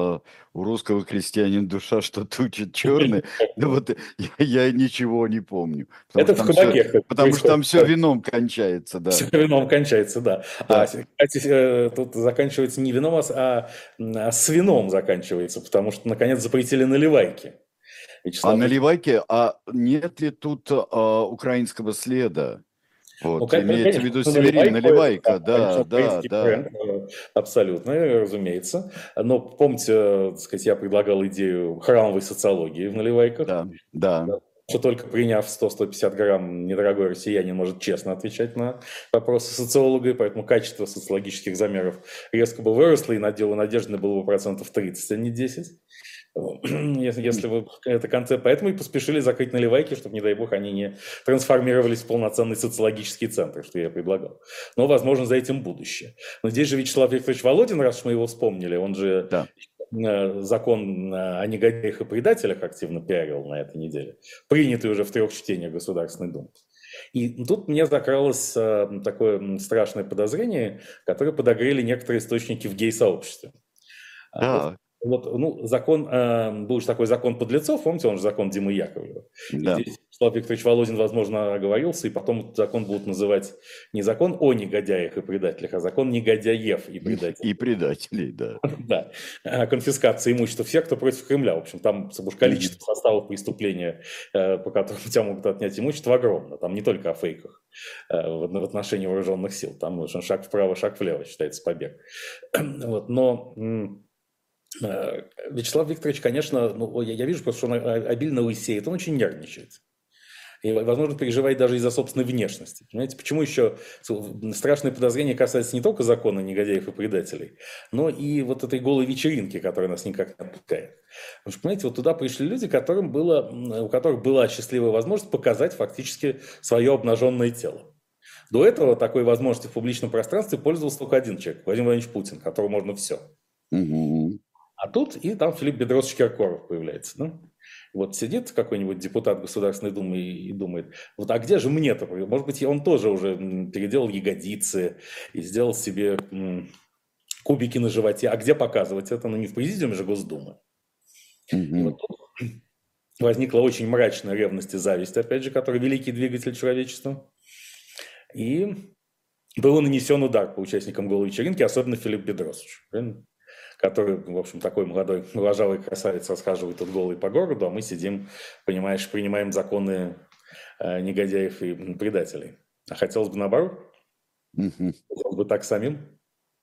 у русского крестьянина душа что-то учит черный, да вот я, я ничего не помню, потому Это что в там все, кабаке кстати, потому что там все происходит. вином кончается, да, Все вином кончается, да. А, да. кстати, э, тут заканчивается не вином, а, а с вином заканчивается, потому что, наконец, запретили наливайки. А Вячеслав Викторович, наливайки, а нет ли тут а, украинского следа? ну, Вот, кон- имеется в конечно, виду что Северин, наливайку, это наливайка, самый да, большой да, украинский да, бренд, э, абсолютно, э, разумеется. Но помните, э, так сказать, я предлагал идею храмовой социологии в наливайках. да, да. Да. Что только приняв сто - сто пятьдесят грамм, недорогой россиянин может честно отвечать на вопросы социолога, и поэтому качество социологических замеров резко бы выросло, и на дело Надежды было бы процентов тридцать, а не десять. Если, если вы это концепт, поэтому и поспешили закрыть наливайки, чтобы, не дай бог, они не трансформировались в полноценный социологический центр, что я предлагал. Но, возможно, за этим будущее. Но здесь же Вячеслав Викторович Володин, раз уж мы его вспомнили, он же Да. э, закон э, о негодяях и предателях активно пиарил на этой неделе, принятый уже в трех чтениях Государственной Думы. И тут мне закралось э, такое м, страшное подозрение, которое подогрели некоторые источники в гей-сообществе. А, Вот, Да, вот, ну, закон, э, был же такой закон подлецов, помните, он же закон Димы Яковлева. И да. здесь Вячеслав Викторович Володин, возможно, оговорился, и потом этот закон будут называть не закон о негодяях и предателях, а закон негодяев и предателей. И предателей, да. Да, э, конфискация имущества всех, кто против Кремля. В общем, там уж количество составов преступления, э, по которым у тебя могут отнять имущество, огромно. Там не только о фейках э, в в отношении вооруженных сил. Там уж шаг вправо, шаг влево считается побег. Вот, но м, э, Вячеслав Викторович, конечно, ну, я, я вижу просто, что он о- обильно лысеет, он очень нервничает. И, возможно, переживает даже из-за собственной внешности. Понимаете, почему еще страшное подозрение касается не только закона негодяев и предателей, но и вот этой голой вечеринки, которая нас никак не отпускает. Потому что, понимаете, вот туда пришли люди, которым было, у которых была счастливая возможность показать фактически свое обнаженное тело. До этого такой возможностью в публичном пространстве пользовался только один человек, Владимир Владимирович Путин, которому можно все. Мгм. А тут и там Филипп Бедросович Киркоров появляется. Да? Вот сидит какой-нибудь депутат Государственной Думы и, и думает, вот а где же мне-то? Может быть, он тоже уже м, переделал ягодицы и сделал себе м, кубики на животе. А где показывать это? Ну, не в президиуме же Госдумы. И Мгм. вот тут возникла очень мрачная ревность и зависть, опять же, который великий двигатель человечества. И был нанесен удар по участникам голой вечеринки, особенно Филипп Бедросович. Правильно? который, в общем, такой молодой, моложавый красавец расхаживает тут голый по городу, а мы сидим, понимаешь, принимаем законы э, негодяев и предателей. А хотелось бы наоборот, Мгм. хотелось бы так самим.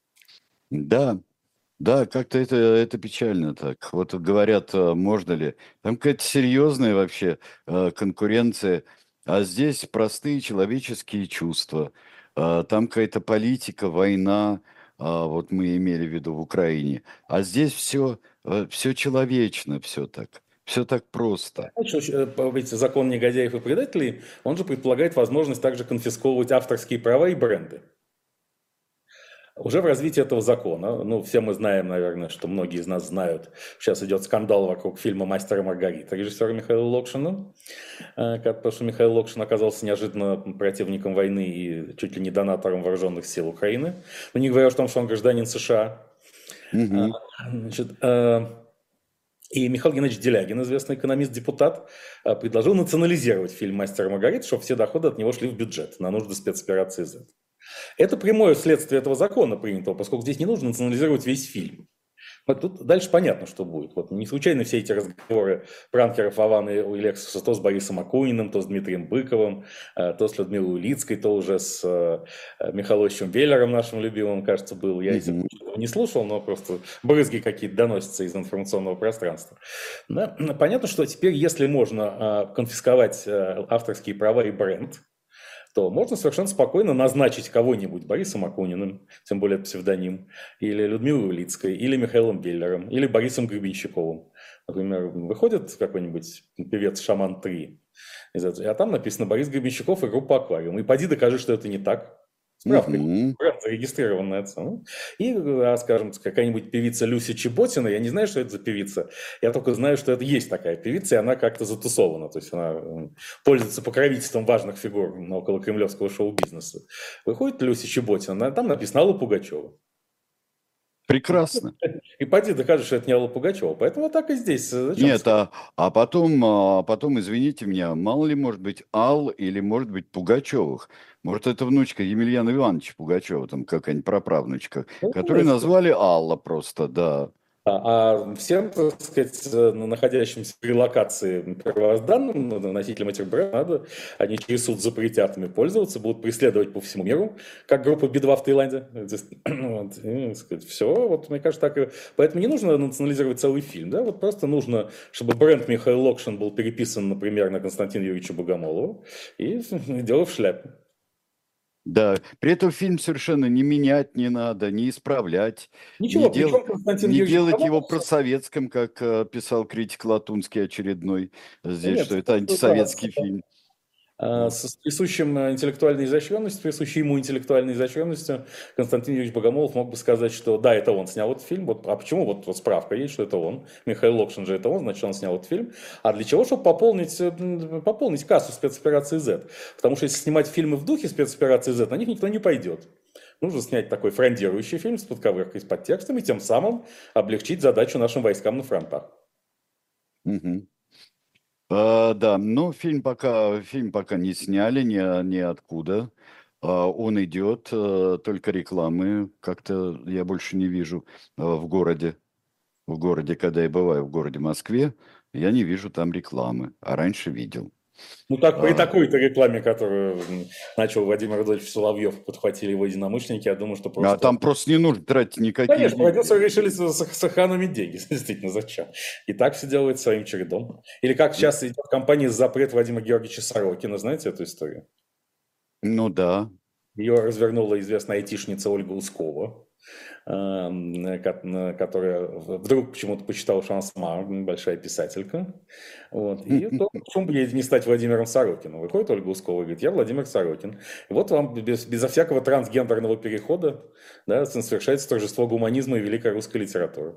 Да, да, как-то это, это печально так. Вот говорят, э, можно ли. Там какая-то серьезная вообще э, конкуренция, а здесь простые человеческие чувства. А, Там какая-то политика, война, а, вот мы имели в виду в Украине. А здесь все, все человечно, все так. Все так просто. Знаешь, э, по- ведь закон негодяев и предателей, он же предполагает возможность также конфисковывать авторские права и бренды. Уже в развитии этого закона, ну, все мы знаем, наверное, что многие из нас знают, сейчас идет скандал вокруг фильма «Мастер и Маргарита» режиссера Михаила Локшина, э, как- потому что Михаил Локшин оказался неожиданно противником войны и чуть ли не донатором вооруженных сил Украины. Но не говоря о том, что он гражданин США. А, Мгм. Значит, э, и Михаил Геннадьевич Делягин, известный экономист-депутат, э, предложил национализировать фильм «Мастер и Маргарита», чтобы все доходы от него шли в бюджет на нужды спецоперации Z. Это прямое следствие этого закона принятого, поскольку здесь не нужно национализировать весь фильм. Вот тут дальше понятно, что будет. Вот не случайно все эти разговоры пранкеров Аваны и Лексуса то с Борисом Акуниным, то с Дмитрием Быковым, э, то с Людмилой Улицкой, то уже с э, Михаловичем Веллером, нашим любимым, кажется, был. Я из Мгм. этого не слушал, но просто брызги какие-то доносятся из информационного пространства. Да? Понятно, что теперь, если можно э, конфисковать э, авторские права и бренд, то можно совершенно спокойно назначить кого-нибудь Борисом Акуниным, тем более это псевдоним, или Людмилой Улицкой, или Михаилом Беллером, или Борисом Гребенщиковым. Например, выходит какой-нибудь певец «Шаман три», а там написано «Борис Гребенщиков и группа «Аквариум». И поди докажи, что это не так. Справка, Мгм. бренд зарегистрированная. это самое. И, а, скажем, какая-нибудь певица Люся Чеботина, я не знаю, что это за певица, я только знаю, что это есть такая певица, и она как-то затусована, то есть она м, пользуется покровительством важных фигур около кремлевского шоу-бизнеса. Выходит Люся Чеботина, там написано Алла Пугачева. Прекрасно. И поди докажи, что это не Алла Пугачева. Поэтому так и здесь. Зачем Нет, а, а потом, а потом, извините меня, мало ли, может быть, Ал или, может быть, Пугачевых. Может, это внучка Емельяна Ивановича Пугачева, там какая-нибудь праправнучка, которую назвали Алла просто, да. А а всем, так сказать, э, находящимся при локации первозданным, ну, носителям этих брендов, надо, они через суд запретят ими пользоваться, будут преследовать по всему миру, как группа Би два в Таиланде. Здесь, вот, и, так сказать, все, вот, мне кажется, так и... Поэтому не нужно национализировать целый фильм, да, вот просто нужно, чтобы бренд Михаил Локшин был переписан, например, на Константина Юрьевича Богомолова, и дело в шляпе. Да, при этом фильм совершенно не менять не надо, не исправлять, не, Ничего, дел, причем Константин не Юрьевич делать его Богомолов... просоветским, как э, писал критик Латунский очередной здесь, Нет, что это антисоветский фильм. А, Вот. С с присущим э, интеллектуальной изощренностью, присущей ему интеллектуальной изощренностью, Константин Юрьевич Богомолов мог бы сказать, что да, это он снял этот фильм. Вот, а почему? Вот, вот справка есть, что это он. Михаил Локшин же это он, значит, он снял этот фильм. А для чего? Чтобы пополнить, э, м, пополнить кассу спецоперации Z. Потому что если снимать фильмы в духе спецоперации Z, на них никто не пойдет. Нужно снять такой фрондирующий фильм с подковыркой, с подтекстом, и тем самым облегчить задачу нашим войскам на фронтах. Мгм. А, да, но фильм пока, фильм пока не сняли ни, ни откуда. А, он идет, э, только рекламы как-то я больше не вижу э, в городе. В городе, когда я бываю в городе Москве, я не вижу там рекламы, а раньше видел. Ну, так при А, такой-то рекламе, которую м, начал Владимир Рудольфович Соловьев, подхватили его единомышленники, я думаю, что а просто... там просто не нужно тратить никакие Конечно, деньги. продюсеры решили с- с- сэкономить деньги. Действительно, зачем? И так все делает своим чередом. Или как сейчас идет компания «Запрет» Владимира Георгиевича Сорокина. Знаете эту историю? Ну да. Ее развернула известная айтишница Ольга Ускова, эм, ко- которая вдруг почему-то почитала, что она сама большая писателька. Вот. И то, почему бы ей не стать Владимиром Сорокиным? Выходит Ольга Ускова и говорит, я Владимир Сорокин. И вот вам без, безо всякого трансгендерного перехода, да, совершается торжество гуманизма и великой русской литературы.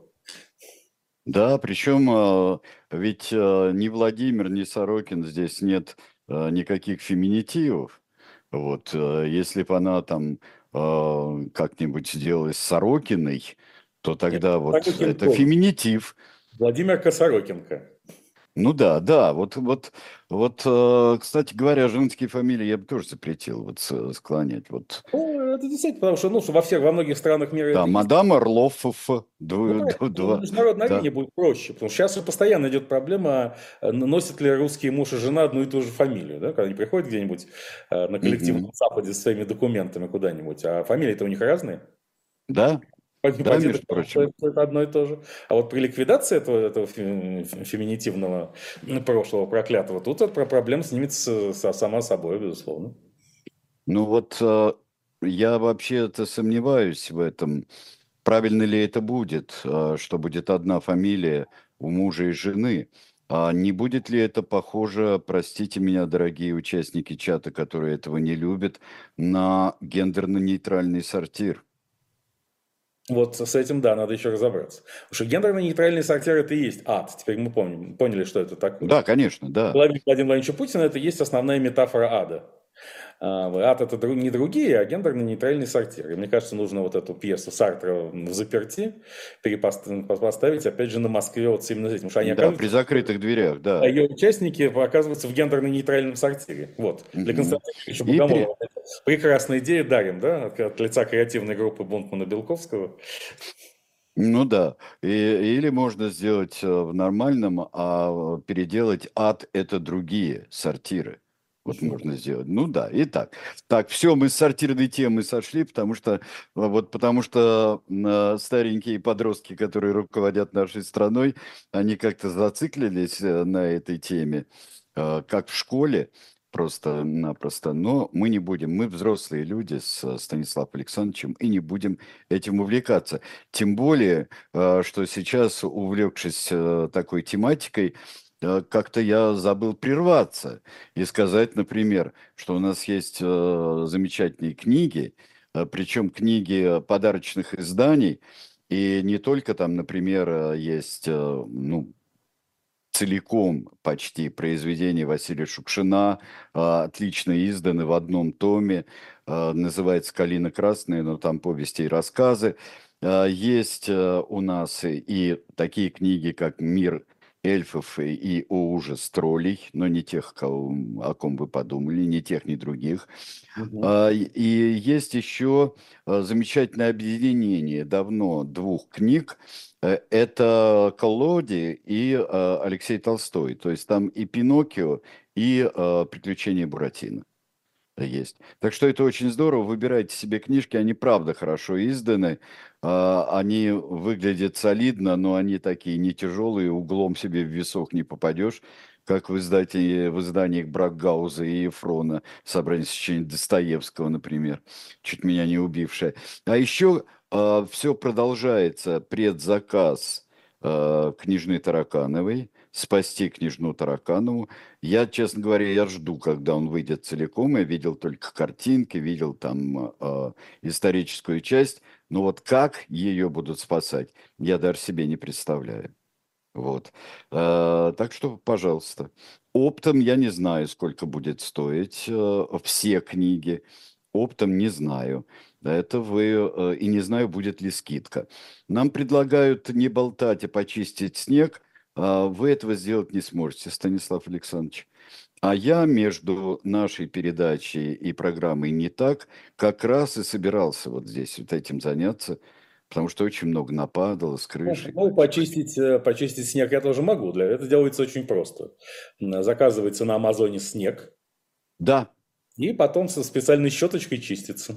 Да, причем э, ведь э, ни Владимир, ни Сорокин, здесь нет э, никаких феминитивов. Вот, э, если бы она там э, как-нибудь сделалась Сорокиной, то Нет, тогда вот Сорокин это тоже. феминитив. Владимир Косорокинка. Ну да, да, вот, вот, вот, э, кстати говоря, женские фамилии я бы тоже запретил вот с- склонять. Вот, Ну, это действительно, потому что, ну, что во всех, во многих странах мира да, это есть. мадам Орлов, Ф, Ну, ду- правильно, ду- ну, на два, международной да. арене будет проще, потому что сейчас же постоянно идет проблема, э, носят ли русский муж и жена одну и ту же фамилию, да, когда они приходят где-нибудь э, на коллективном Мгм. Западе с своими документами куда-нибудь, а фамилии-то у них разные. Да, Пойди, да, пойди между докажи, что прочим. это что это одно и то же. А вот при ликвидации этого, этого фе- феминитивного прошлого проклятого, тут эта про- проблема снимется со- сама собой, безусловно. Ну вот э, я вообще-то сомневаюсь в этом. Правильно ли это будет, э, что будет одна фамилия у мужа и жены? А не будет ли это похоже, простите меня, дорогие участники чата, которые этого не любят, на гендерно-нейтральный сортир? Вот с этим, да, надо еще разобраться. Потому что гендерно-нейтральный сортир – это и есть ад. Теперь мы помним, поняли, что это такое. Да, конечно, В да. голове Владимира Владимировича Путина это и есть основная метафора ада. А, Ад – это дру- не другие, а гендерно-нейтральный сортир. И мне кажется, нужно вот эту пьесу Сартра в заперти перепоставить, опять же, на Москве вот именно с этим. Потому что они Да, при оказываются, закрытых дверях, а да. ее участники оказываются в гендерно-нейтральном сортире. Вот. Для Мгм. Константина Юрьевича И Богомолова при... это прекрасная идея дарим, да, от, от лица креативной группы Бунтмана-Белковского. Ну да. И- или можно сделать э, в нормальном, а переделать ад– это другие сортиры. Вот можно сделать. Ну да, итак. Так, все, мы с сортирной темы сошли, потому что э, вот потому что э, старенькие подростки, которые руководят нашей страной, они как-то зациклились э, на этой теме, э, как в школе, просто-напросто. Но мы не будем, мы взрослые люди с э, Станиславом Александровичем и не будем этим увлекаться. Тем более, э, что сейчас, увлекшись э, такой тематикой, э, как-то я забыл прерваться и сказать, например, что у нас есть э, замечательные книги, э, причем книги подарочных изданий, и не только там, например, э, есть, э, ну, целиком почти произведения Василия Шукшина, а, отлично изданы в одном томе, а, называется «Калина красная», но там повести и рассказы. А, Есть а, у нас и и такие книги, как «Мир эльфов» и и «О ужас троллей», но не тех, кого- о ком вы подумали, ни тех, ни других. Мгм. А, И есть еще а, замечательное объединение давно двух книг. Э, Это Колоди и а, Алексей Толстой. То есть там и Пиноккио, и а, Приключения Буратино есть. Так что это очень здорово. Выбирайте себе книжки, они правда хорошо изданы. А, Они выглядят солидно, но они такие не тяжелые, углом себе в висок не попадешь, как в издании, в изданиях Брагауза и Ефрона, собрание сочинений Достоевского, например, чуть меня не убившее. А еще все продолжается, предзаказ а, книжной Таракановой, «Спасти княжну Тараканову». Я, честно говоря, я жду, когда он выйдет целиком. Я видел только картинки, видел там э, историческую часть. Но вот как ее будут спасать, я даже себе не представляю. Вот. Э, так что, пожалуйста. Оптом я не знаю, сколько будет стоить э, все книги. Оптом не знаю. Это вы... э, и не знаю, будет ли скидка. Нам предлагают не болтать, а почистить снег. А вы этого сделать не сможете, Станислав Александрович. А я между нашей передачей и программой «Не так» как раз и собирался вот здесь вот этим заняться, потому что очень много нападало с Ну, крыши. ну, почистить, э, почистить снег я тоже могу. Для этого делается очень просто. М, Заказывается на Амазоне снег, Да, и потом со специальной щеточкой чистится.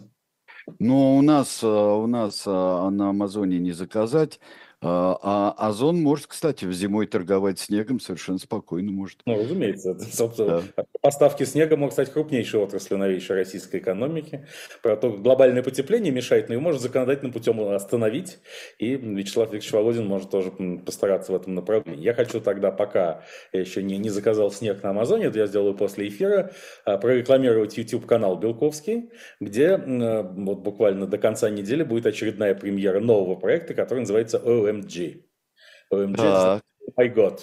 но у нас, э, у нас э, на Амазоне не заказать, а а Озон может, кстати, в зимой торговать снегом совершенно спокойно может. Ну, разумеется, это, собственно, Да. поставки снега могут стать крупнейшей отраслью новейшей российской экономики. Про то, как глобальное потепление мешает, но его можно законодательным путем остановить, и Вячеслав Викторович Володин может тоже м, постараться в этом направлении. Я хочу тогда, пока я еще не, не заказал снег на Амазоне, это я сделаю после эфира, а, прорекламировать YouTube-канал Белковский, где м, э, вот буквально до конца недели будет очередная премьера нового проекта, который называется о эм джи. о эм джи – это значит Так. «My God»,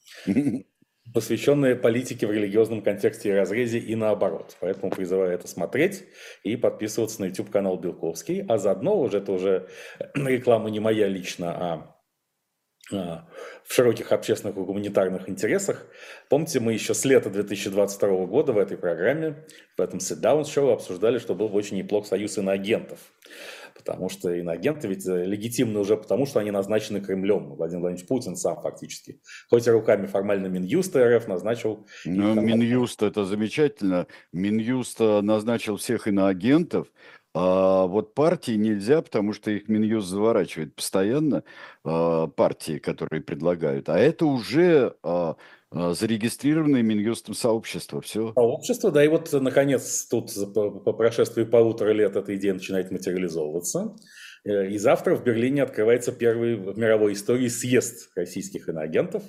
посвященные политике в религиозном контексте и разрезе, и наоборот. Поэтому призываю это смотреть и подписываться на YouTube-канал Белковский. А заодно, уже это уже реклама не моя лично, а в широких общественных и гуманитарных интересах. Помните, мы еще с лета две тысячи двадцать второго года в этой программе, в этом sit-down-шоу обсуждали, что был бы очень неплох союз иноагентов. Потому что иноагенты ведь легитимны уже потому, что они назначены Кремлем. Владимир Владимирович Путин сам фактически, хоть и руками формально Минюста РФ, назначил... Ну, Минюст – это замечательно. Минюст назначил всех иноагентов, а вот партии нельзя, потому что их Минюст заворачивает постоянно, а, партии, которые предлагают. А это уже а, а, зарегистрированное Минюстом сообщество. Все. Сообщество, да, и вот, наконец, тут по, по прошествии полутора лет эта идея начинает материализовываться. И завтра в Берлине открывается первый в мировой истории съезд российских иноагентов.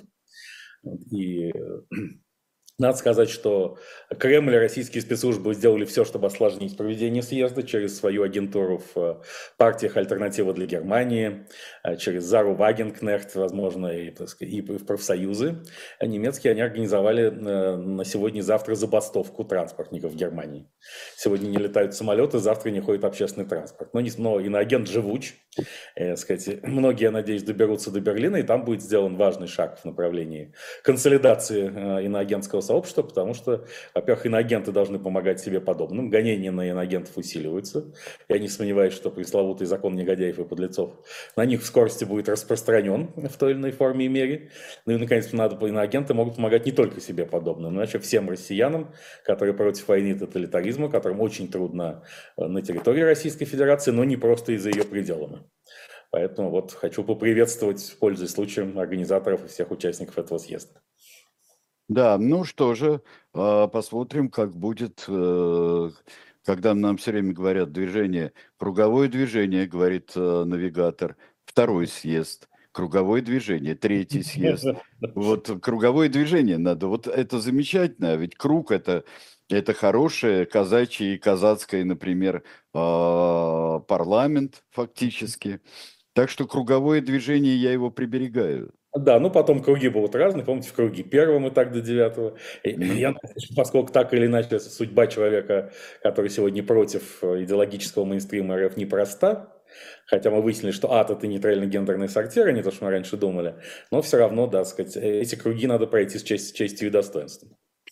И надо сказать, что Кремль и российские спецслужбы сделали все, чтобы осложнить проведение съезда через свою агентуру в партиях «Альтернатива для Германии», через Зару Вагенкнехт, возможно, и, так сказать, и в профсоюзы. А немецкие они организовали на сегодня и завтра забастовку транспортников в Германии. Сегодня не летают самолеты, завтра не ходит общественный транспорт. Но, не, но иноагент живуч. Э, сказать, многие, я надеюсь, доберутся до Берлина, и там будет сделан важный шаг в направлении консолидации э, иноагентского сообщества, потому что, во-первых, иноагенты должны помогать себе подобным, гонения на иноагентов усиливаются. Я не сомневаюсь, что пресловутый закон негодяев и подлецов на них в скорости будет распространен в той или иной форме и мере. Ну и, наконец, надо, иноагенты могут помогать не только себе подобным, но вообще всем россиянам, которые против войны и тоталитаризма, которым очень трудно на территории Российской Федерации, но не просто и за ее пределами. Поэтому вот хочу поприветствовать, пользуясь случаем, организаторов и всех участников этого съезда. Да, ну что же, а, посмотрим, как будет, э, когда нам все время говорят движение, круговое движение, говорит э, навигатор, второй съезд, круговое движение, третий съезд. Вот круговое движение надо, вот это замечательно, а ведь круг это, это хорошее казачье и казацкое, например, а, парламент фактически. Так что круговое движение, я его приберегаю. Да, ну потом круги будут разные. Помните, в круге первом и так до девятого. И Ну, я, поскольку так или иначе судьба человека, который сегодня против идеологического мейнстрима РФ, непроста, хотя мы выяснили, что ад – это нейтрально-гендерный сортир, а не то, что мы раньше думали, но все равно, да, сказать, эти круги надо пройти с честь- честью и достоинством.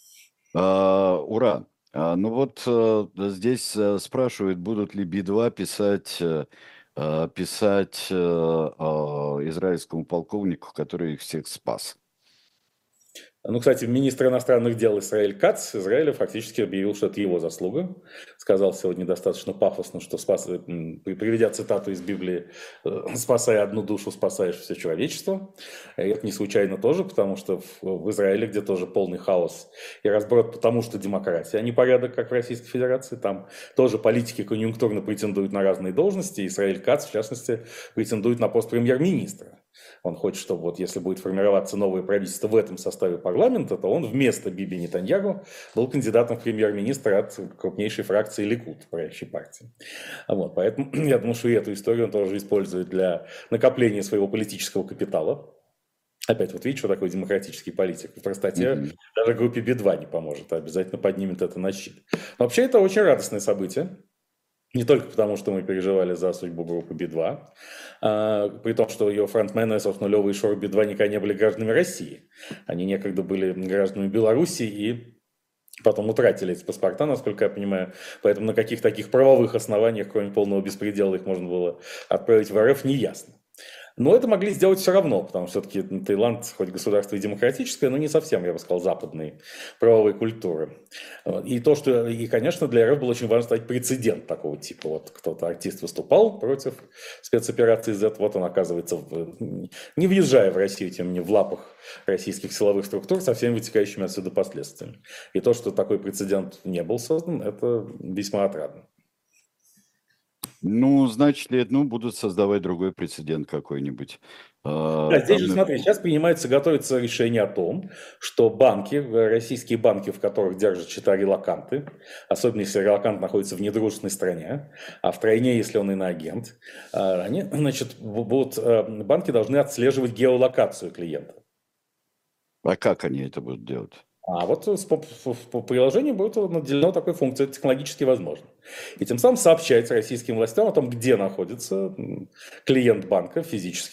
а, ура! А, ну вот э, здесь э, спрашивают, будут ли Би два писать, э, э, писать э, э, израильскому полковнику, который их всех спас. Ну, кстати, министр иностранных дел Исраэль Кац Израиля фактически объявил, что это его заслуга. Сказал сегодня достаточно пафосно, что спас, приведя цитату из Библии, «спасая одну душу, спасаешь все человечество». И это не случайно тоже, потому что в Израиле, где тоже полный хаос и разброд, потому что демократия, а не порядок, как в Российской Федерации, там тоже политики конъюнктурно претендуют на разные должности. Исраэль Кац, в частности, претендует на пост премьер-министра. Он хочет, чтобы вот если будет формироваться новое правительство в этом составе парламента, то он вместо Биби Нетаньяху был кандидатом в премьер-министра от крупнейшей фракции Ликуд, правящей партии. Вот, поэтому я думаю, что и эту историю он тоже использует для накопления своего политического капитала. Опять, вот видите, что такое демократический политик. В простоте mm-hmm. даже группе Би два не поможет, а обязательно поднимет это на щит. Но вообще это очень радостное событие. Не только потому, что мы переживали за судьбу группы Би два, а, при том, что ее фронтмены, собственно, Лёва и Шор Би два никогда не были гражданами России. Они некогда были гражданами Беларуси и потом утратили эти паспорта, насколько я понимаю. Поэтому на каких таких правовых основаниях, кроме полного беспредела, их можно было отправить в РФ, не ясно. Но это могли сделать все равно, потому что все-таки Таиланд, хоть государство и демократическое, но не совсем, я бы сказал, западной правовой культуры. И то, что, и, конечно, для РФ было очень важно стать прецедент такого типа. Вот кто-то, артист, выступал против спецоперации Z, вот он оказывается, в, не въезжая в Россию, тем не менее, в лапах российских силовых структур со всеми вытекающими отсюда последствиями. И то, что такой прецедент не был создан, это весьма отрадно. Ну, значит ли, ну, будут создавать другой прецедент какой-нибудь. Да, здесь же, смотри, сейчас принимается, готовится решение о том, что банки, российские банки, в которых держат счета релоканты, особенно если релокант находится в недружественной стране, а в стране, если он иноагент, они, значит, будут, банки должны отслеживать геолокацию клиента. А как они это будут делать? А вот по, по, по приложению будет наделено такой функцией, это технологически возможно. И тем самым сообщать российским властям о том, где находится клиент банка физически,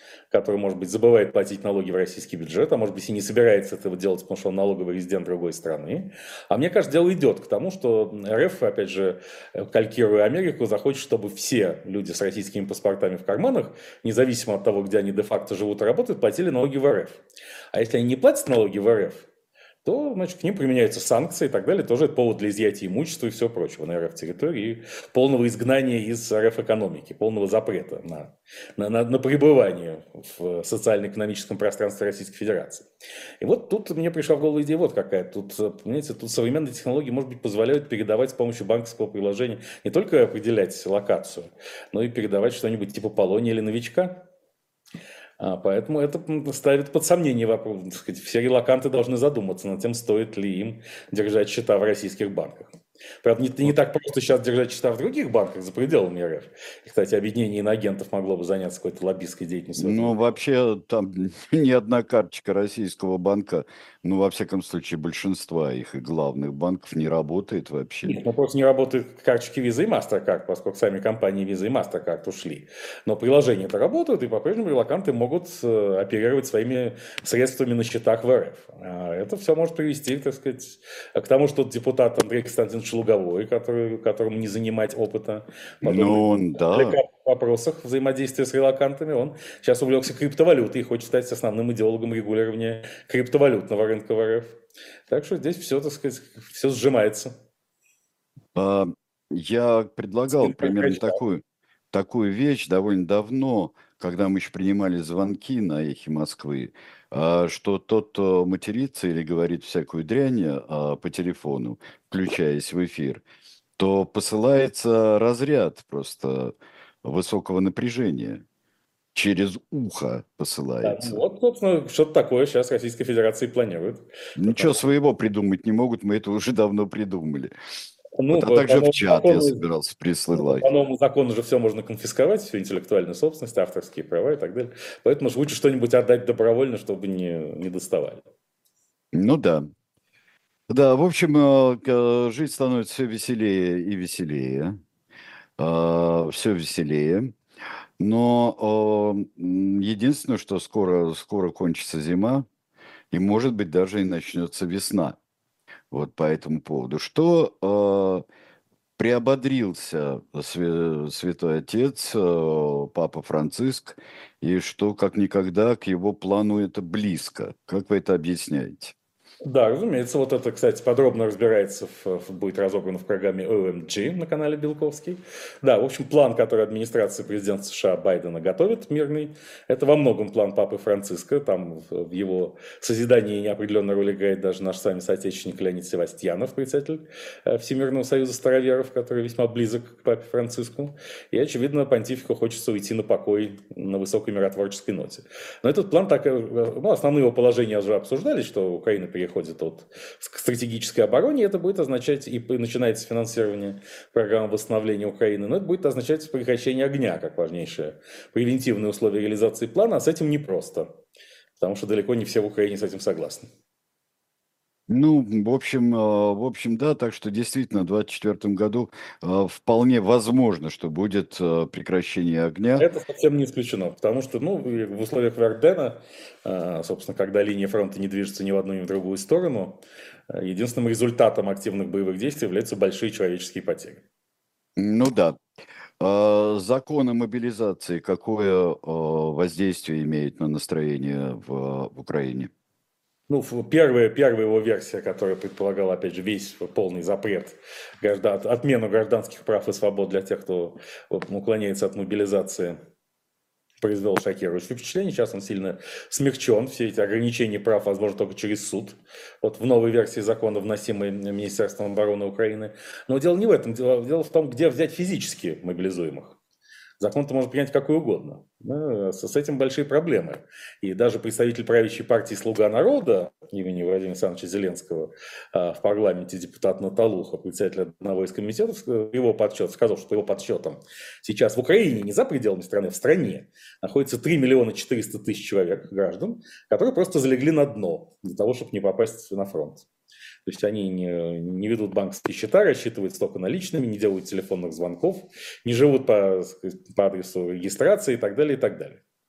который, может быть, забывает платить налоги в российский бюджет, а может быть и не собирается этого делать, потому что он налоговый резидент другой страны. А мне кажется, дело идет к тому, что РФ, опять же, калькируя Америку, захочет, чтобы все люди с российскими паспортами в карманах, независимо от того, где они де-факто живут и работают, платили налоги в РФ. А если они не платят налоги в РФ, то, значит, к ним применяются санкции и так далее. Тоже это повод для изъятия имущества и всего прочего на РФ-территории, и полного изгнания из РФ-экономики, полного запрета на, на, на, на пребывание в социально-экономическом пространстве Российской Федерации. И вот тут мне пришла в голову идея вот какая. Тут, понимаете, тут современные технологии, может быть, позволяют передавать с помощью банковского приложения не только определять локацию, но и передавать что-нибудь типа Полония или Новичка. А, поэтому это ставит под сомнение вопрос. Так сказать, все релоканты должны задуматься над тем, стоит ли им держать счета в российских банках. Правда, не, не так просто сейчас держать счета в других банках за пределами РФ. И, кстати, объединение иноагентов могло бы заняться какой-то лоббистской деятельностью. Ну, вообще, там ни одна карточка российского банка, ну, во всяком случае, большинства их и главных банков не работает вообще. Нет, ну просто не работают карточки Visa и MasterCard, поскольку сами компании Visa и MasterCard ушли. Но приложения-то работают, и по-прежнему релоканты могут э, оперировать своими средствами на счетах в РФ. А это все может привести, так сказать, к тому, что депутат Андрей Константинович Луговой, который, которому не занимать опыта Ну, он, да. в вопросах взаимодействия с релокантами, он сейчас увлекся криптовалютой и хочет стать основным идеологом регулирования криптовалютного рынка в РФ. Так что здесь все, так сказать, все сжимается. А, Я предлагал Сын примерно прочитал. такую, такую вещь довольно давно, когда мы еще принимали звонки на «Эхе Москвы», а, что тот, кто матерится или говорит всякую дрянь а, по телефону, включаясь в эфир, то посылается разряд просто высокого напряжения. Через ухо Да, посылается. ну вот, собственно, что-то такое сейчас Российская Федерация планирует. Ничего своего придумать не могут, мы это уже давно придумали. Ну, Вот, а по- также по в чат я закону- собирался ну, присылать. по новому закону же все можно конфисковать, всю интеллектуальную собственность, авторские права и так далее. Поэтому лучше что-нибудь отдать добровольно, чтобы не, не доставали. Ну да. Да, в общем, э, к- жизнь становится все веселее и веселее. Все веселее. Но э, м, единственное, что скоро, скоро кончится зима, и, может быть, даже и начнется весна. Вот по этому поводу. Что э, приободрился свя- Святой Отец, э, Папа Франциск, и что как никогда к его плану это близко. Как вы это объясняете? Да, разумеется, вот это, кстати, подробно разбирается, в- в- будет разобрано в программе о эм джи на канале Белковский. Да, в общем, план, который администрация президента США Байдена готовит, мирный, это во многом план Папы Франциска. Там в в его созидании неопределенную роль играет даже наш с вами соотечественник Леонид Севастьянов, председатель э, Всемирного союза староверов, который весьма близок к Папе Франциску. И, очевидно, понтифику хочется уйти на покой на высокой миротворческой ноте. Но этот план, так, э, ну, основные его положения уже обсуждались, что Украина переходит от к стратегической обороне, это будет означать, и начинается финансирование программы восстановления Украины, но это будет означать прекращение огня, как важнейшее превентивное условие реализации плана, а с этим непросто, потому что далеко не все в Украине с этим согласны. Ну, в общем, э, в общем, да, так что действительно в двадцать четвёртом году э, вполне возможно, что будет э, прекращение огня. Это совсем не исключено, потому что, ну, и в условиях Вердена, э, собственно, когда линия фронта не движется ни в одну, ни в другую сторону, э, единственным результатом активных боевых действий являются большие человеческие потери. Ну да. А закон о мобилизации какое э, воздействие имеет на настроение в, в Украине? Ну, ф- первая, первая его версия, которая предполагала, опять же, весь полный запрет, граждан, отмену гражданских прав и свобод для тех, кто вот, уклоняется от мобилизации, произвел шокирующее впечатление. Сейчас он сильно смягчен. Все эти ограничения прав возможно только через суд. Вот в новой версии закона, вносимой Министерством обороны Украины. Но дело не в этом. Дело, дело в том, где взять физически мобилизуемых. Закон-то может принять какой угодно. Но с, с этим большие проблемы. И даже представитель правящей партии «Слуга народа» имени Владимира Александровича Зеленского а, в парламенте, депутат Наталуха, председатель одного из комитетов, его подсчет, сказал, что по его подсчетам сейчас в Украине, не за пределами страны, в стране находится три миллиона четыреста тысяч человек, граждан, которые просто залегли на дно для того, чтобы не попасть на фронт. То есть они не, не ведут банковские счета, рассчитывают только наличными, не делают телефонных звонков, не живут по, по адресу регистрации и так далее, и так далее.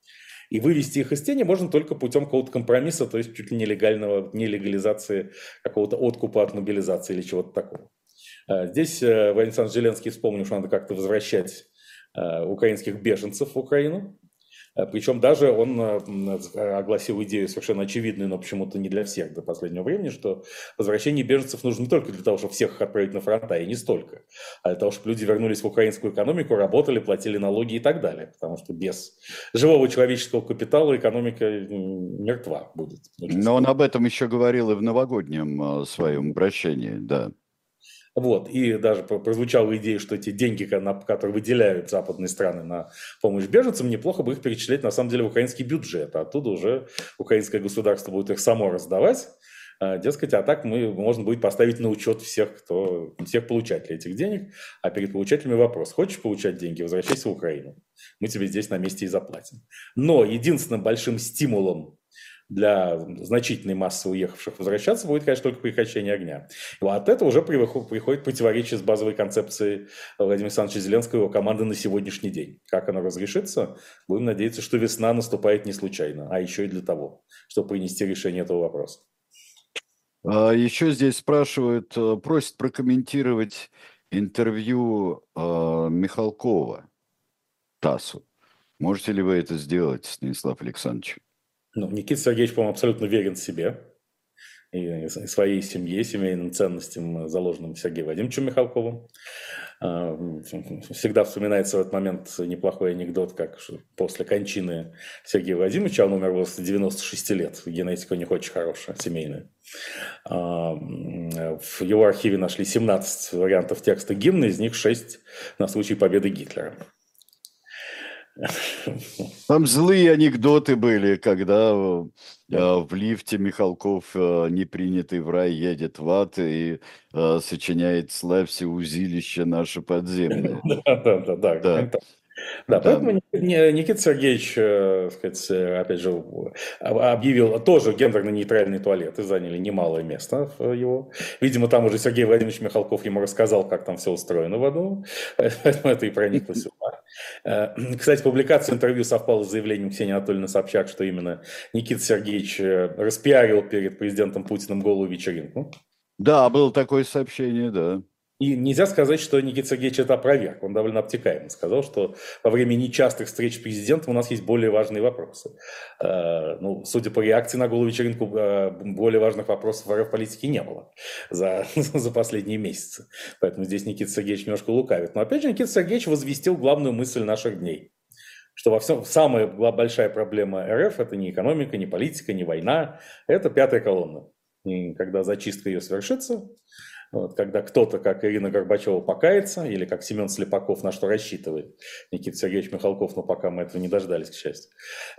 И вывести их из тени можно только путем какого-то компромисса, то есть чуть ли не легального, не легализации какого-то откупа от мобилизации или чего-то такого. Здесь Владимир Александрович Зеленский вспомнил, что надо как-то возвращать украинских беженцев в Украину. Причем даже он огласил идею совершенно очевидную, но почему-то не для всех до последнего времени, что возвращение беженцев нужно не только для того, чтобы всех их отправить на фронта, и не столько, а для того, чтобы люди вернулись в украинскую экономику, работали, платили налоги и так далее. Потому что без живого человеческого капитала экономика мертва будет. Но он об этом еще говорил и в новогоднем своем обращении, да. Вот, и даже прозвучала идея, что эти деньги, которые выделяют западные страны на помощь беженцам, неплохо бы их перечислять на самом деле в украинский бюджет. А оттуда уже украинское государство будет их само раздавать. Дескать, а так мы, можно будет поставить на учет всех, кто, всех получателей этих денег. А перед получателями вопрос: хочешь получать деньги, возвращайся в Украину. Мы тебе здесь на месте и заплатим. Но единственным большим стимулом для значительной массы уехавших возвращаться будет, конечно, только прекращение огня. И от этого уже приходит противоречие с базовой концепцией Владимира Александровича Зеленского и его команды на сегодняшний день. Как оно разрешится? Будем надеяться, что весна наступает не случайно, а еще и для того, чтобы принести решение этого вопроса. Еще здесь спрашивают, просят прокомментировать интервью Михалкова ТАССу. Можете ли вы это сделать, Станислав Александрович? Ну, Никита Сергеевич, по-моему, абсолютно верен себе и своей семье, семейным ценностям, заложенным Сергеем Вадимовичем Михалковым. Всегда вспоминается в этот момент неплохой анекдот, как после кончины Сергея Владимировича, он умер в возрасте девяноста шести лет, генетика у них очень хорошая, семейная. В его архиве нашли семнадцать вариантов текста гимна, из них шесть на случай победы Гитлера. Там злые анекдоты были, когда э, в лифте Михалков, э, не принятый в рай, едет в ад и э, сочиняет «Славься, узилище наше подземное». Да, да, да, да. Да. Да, Да. поэтому Никита Сергеевич, э, сказать, опять же, объявил тоже гендерно-нейтральный туалет и заняли немалое место в его. Видимо, там уже Сергей Владимирович Михалков ему рассказал, как там все устроено в аду, поэтому это и проникло сюда. Кстати, публикация интервью совпала с заявлением Ксении Анатольевны Собчак, что именно Никита Сергеевич распиарил перед президентом Путиным голую вечеринку. Да, было такое сообщение, да. И нельзя сказать, что Никита Сергеевич это опроверг. Он довольно обтекаемо сказал, что во время нечастых встреч с президентом у нас есть более важные вопросы. Ну, судя по реакции на голую вечеринку, более важных вопросов в эр эф-политике не было за, за последние месяцы. Поэтому здесь Никита Сергеевич немножко лукавит. Но опять же, Никита Сергеевич возвестил главную мысль наших дней. Что во всем самая большая проблема эр эф – это не экономика, не политика, не война. Это пятая колонна. И когда зачистка ее совершится, вот, когда кто-то, как Ирина Горбачева, покается, или как Семен Слепаков, на что рассчитывает Никита Сергеевич Михалков, но пока мы этого не дождались, к счастью,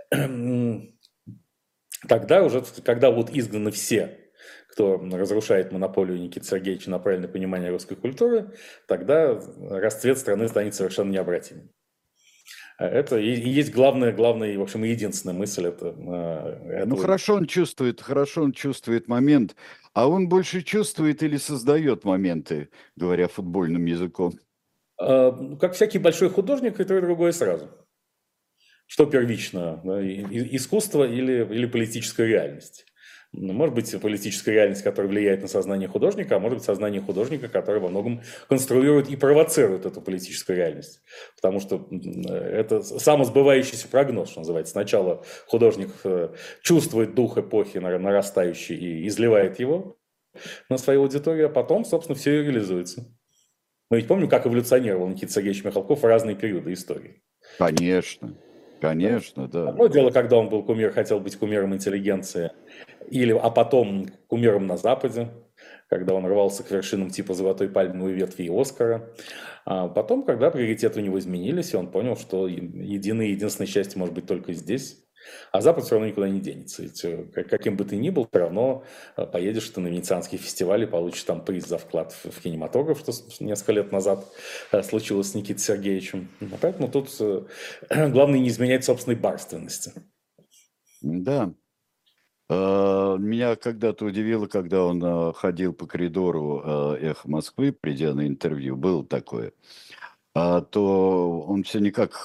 тогда уже, когда будут изгнаны все, кто разрушает монополию Никиты Сергеевича на правильное понимание русской культуры, тогда расцвет страны станет совершенно необратимым. Это и есть главная, главная, в общем, единственная мысль. Это, это... Ну, хорошо он чувствует, хорошо он чувствует момент, а он больше чувствует или создает моменты, говоря футбольным языком? Как всякий большой художник, и то, и другое сразу. Что первично, да, искусство или, или политическая реальность? Может быть, политическая реальность, которая влияет на сознание художника, а может быть, сознание художника, которое во многом конструирует и провоцирует эту политическую реальность. Потому что это самосбывающийся прогноз, что называется. Сначала художник чувствует дух эпохи нарастающий и изливает его на свою аудиторию, а потом, собственно, все и реализуется. Мы ведь помним, как эволюционировал Никита Сергеевич Михалков в разные периоды истории. Конечно. Конечно, да. Одно дело, когда он был кумир, хотел быть кумиром интеллигенции, или, а потом кумиром на Западе, когда он рвался к вершинам типа «Золотой пальмовой ветви» и «Оскара». А потом, когда приоритеты у него изменились, и он понял, что единое единственное счастье может быть только здесь, а Запад все равно никуда не денется. Ведь, каким бы ты ни был, все равно поедешь ты на Венецианский фестиваль и получишь там приз за вклад в кинематограф, что несколько лет назад случилось с Никитой Сергеевичем. Поэтому тут главное не изменять собственной барственности. Да. Меня когда-то удивило, когда он ходил по коридору «Эхо Москвы», придя на интервью, было такое, то он все никак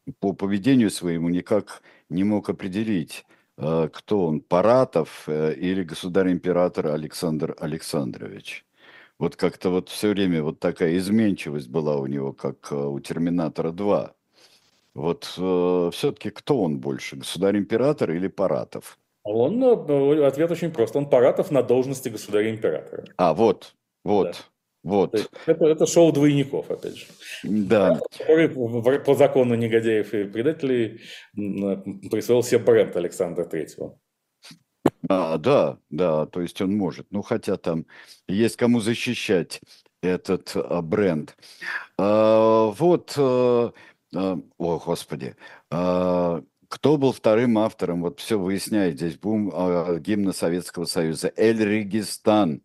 по поведению своему никак не мог определить, э, кто он, Паратов э, или государь-император Александр Александрович. Вот как-то вот все время вот такая изменчивость была у него, как э, у «Терминатора два». Вот все-таки кто он больше, государь-император или Паратов? А Он, э, ответ очень прост. Он Паратов на должности государя-императора. А, вот, Да. вот, То есть вот, это, это шоу двойников, опять же. да. Который в- по закону негодяев и предателей м, присвоил себе бренд Александра Третьего. А, да, да, то есть он может. Ну, хотя там есть кому защищать этот а, бренд. А, вот, а, а, о, Господи, а, кто был вторым автором? Вот все выясняет здесь бум а, гимна Советского Союза. Эль-Регистан.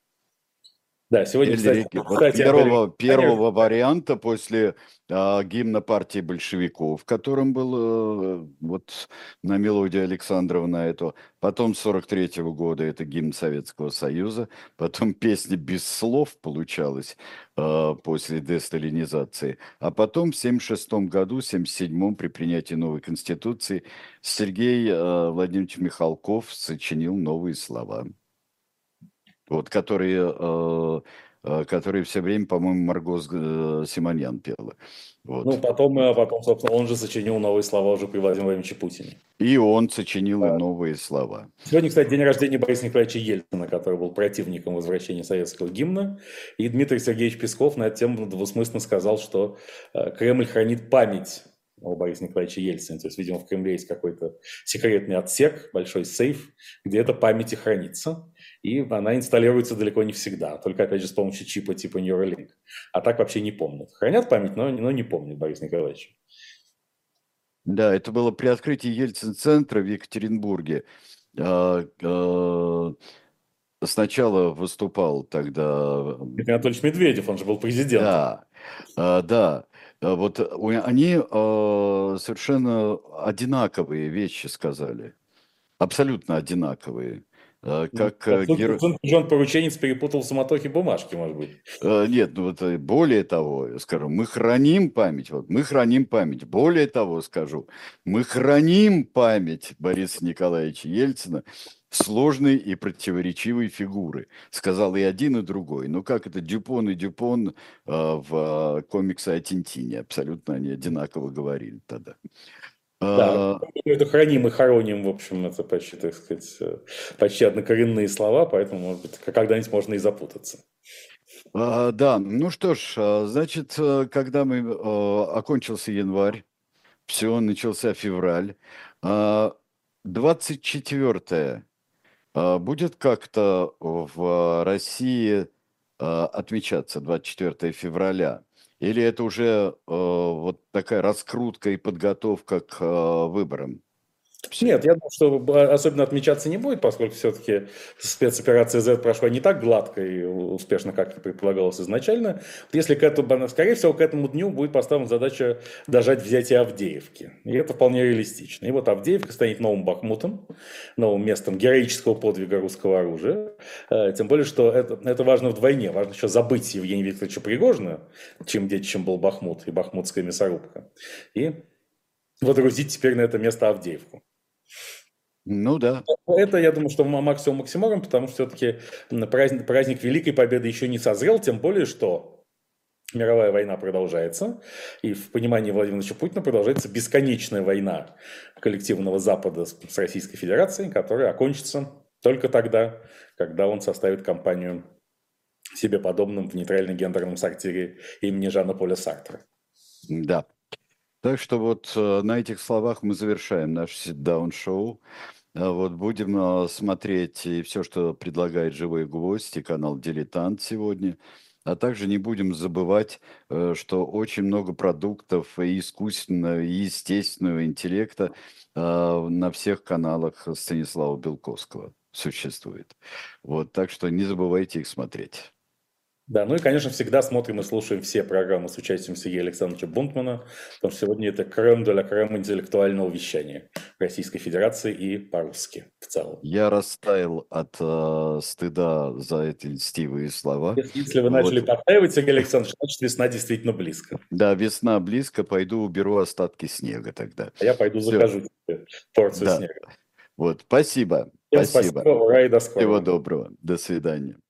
Да, сегодня, кстати, Эль-Реги. Вот кстати, об первого, Эльгистане. первого варианта после а, гимна партии большевиков, в котором был э, вот на мелодию Александрова на эту. Потом сорок третьего года это гимн Советского Союза. Потом песня без слов получалась а, после десталинизации. А потом в семьдесят шестом году, в семьдесят седьмом при принятии новой конституции Сергей а, Владимирович Михалков сочинил новые слова. Вот, которые, э, э, которые все время, по-моему, Марго С- э, Симоньян пела. Ну, Вот. потом, э, потом, собственно, он же сочинил новые слова уже при Владимире Владимировиче Путине. И он сочинил и новые слова. Сегодня, кстати, день рождения Бориса Николаевича Ельцина, который был противником возвращения советского гимна. И Дмитрий Сергеевич Песков на эту тему двусмысленно сказал, что э, Кремль хранит память о Борисе Николаевиче Ельцине. То есть, видимо, в Кремле есть какой-то секретный отсек, большой сейф, где эта память и хранится. И она инсталируется далеко не всегда, только, опять же, с помощью чипа типа Neuralink. А так вообще не помнят. Хранят память, но, но не помнят Бориса Николаевича. Да, это было при открытии Ельцин-центра в Екатеринбурге. А, а, Сначала выступал тогда, Дмитрий Анатольевич Медведев, он же был президентом. да, а, да, А вот у- они а, совершенно одинаковые вещи сказали, абсолютно одинаковые. А, Ну, Как э, геро- Джон Порученец перепутал в суматохе бумажки, может быть. Э, Нет, ну вот э, более того, скажу, мы храним память, вот мы храним память. Более того, скажу, мы храним память Бориса Николаевича Ельцина, сложной и противоречивой фигуры, сказал и один, и другой. Ну как это Дюпон и Дюпон э, в э, комиксе о Тинтине, абсолютно они одинаково говорили тогда. Да, А, это храним и хороним, в общем, это почти, так сказать, э, почти однокоренные слова, поэтому, может быть, когда-нибудь можно и запутаться. а, да, ну что ж, а, значит, э, когда мы э, окончился январь, все, начался февраль. А, двадцать четвёртое а, будет как-то в России а, отмечаться двадцать четвёртого февраля? Или это уже э, вот такая раскрутка и подготовка к э, выборам? Все Нет, это. я думаю, что б- особенно отмечаться не будет, поскольку все-таки спецоперация Z прошла не так гладко и успешно, как предполагалось изначально. Вот если к этому, скорее всего, к этому дню будет поставлена задача дожать взятия Авдеевки. И это вполне реалистично. И вот Авдеевка станет новым Бахмутом, новым местом героического подвига русского оружия. Э, Тем более, что это, это важно вдвойне. Важно еще забыть Евгения Викторовича Пригожина, чем детищем был Бахмут и бахмутская мясорубка. И водрузить теперь на это место Авдеевку. Ну да, Это, я думаю, что максимум максимум, потому что все-таки праздник, праздник Великой Победы еще не созрел, тем более, что мировая война продолжается, и в понимании Владимира Владимировича Путина продолжается бесконечная война коллективного Запада с, с Российской Федерацией, которая окончится только тогда, когда он составит кампанию себе подобным в нейтрально-гендерном сортире имени Жана Поля Сартра. да. Так что вот э, на этих словах мы завершаем наш sit-down-шоу. А Вот будем а, смотреть и все, что предлагает «Живой гвоздь» и канал «Дилетант» сегодня. А также не будем забывать, э, что очень много продуктов и искусственного, и естественного интеллекта а, на всех каналах Станислава Белковского существует. Вот, так что не забывайте их смотреть. Да, ну и, конечно, всегда смотрим и слушаем все программы с участием Сергея Александровича Бунтмана, потому что сегодня это крем де ла крем интеллектуального вещания Российской Федерации и по-русски в целом. Я растаял от э, стыда за эти льстивые слова. Если, если вы Вот. начали подтаивать, Сергей Александрович, значит, весна действительно близко. Да, весна близко, пойду уберу остатки снега тогда. А я пойду Всё. закажу тебе порцию Да. снега. Вот, спасибо. Всем Спасибо. спасибо, ура и до скорого. Всего доброго. До свидания.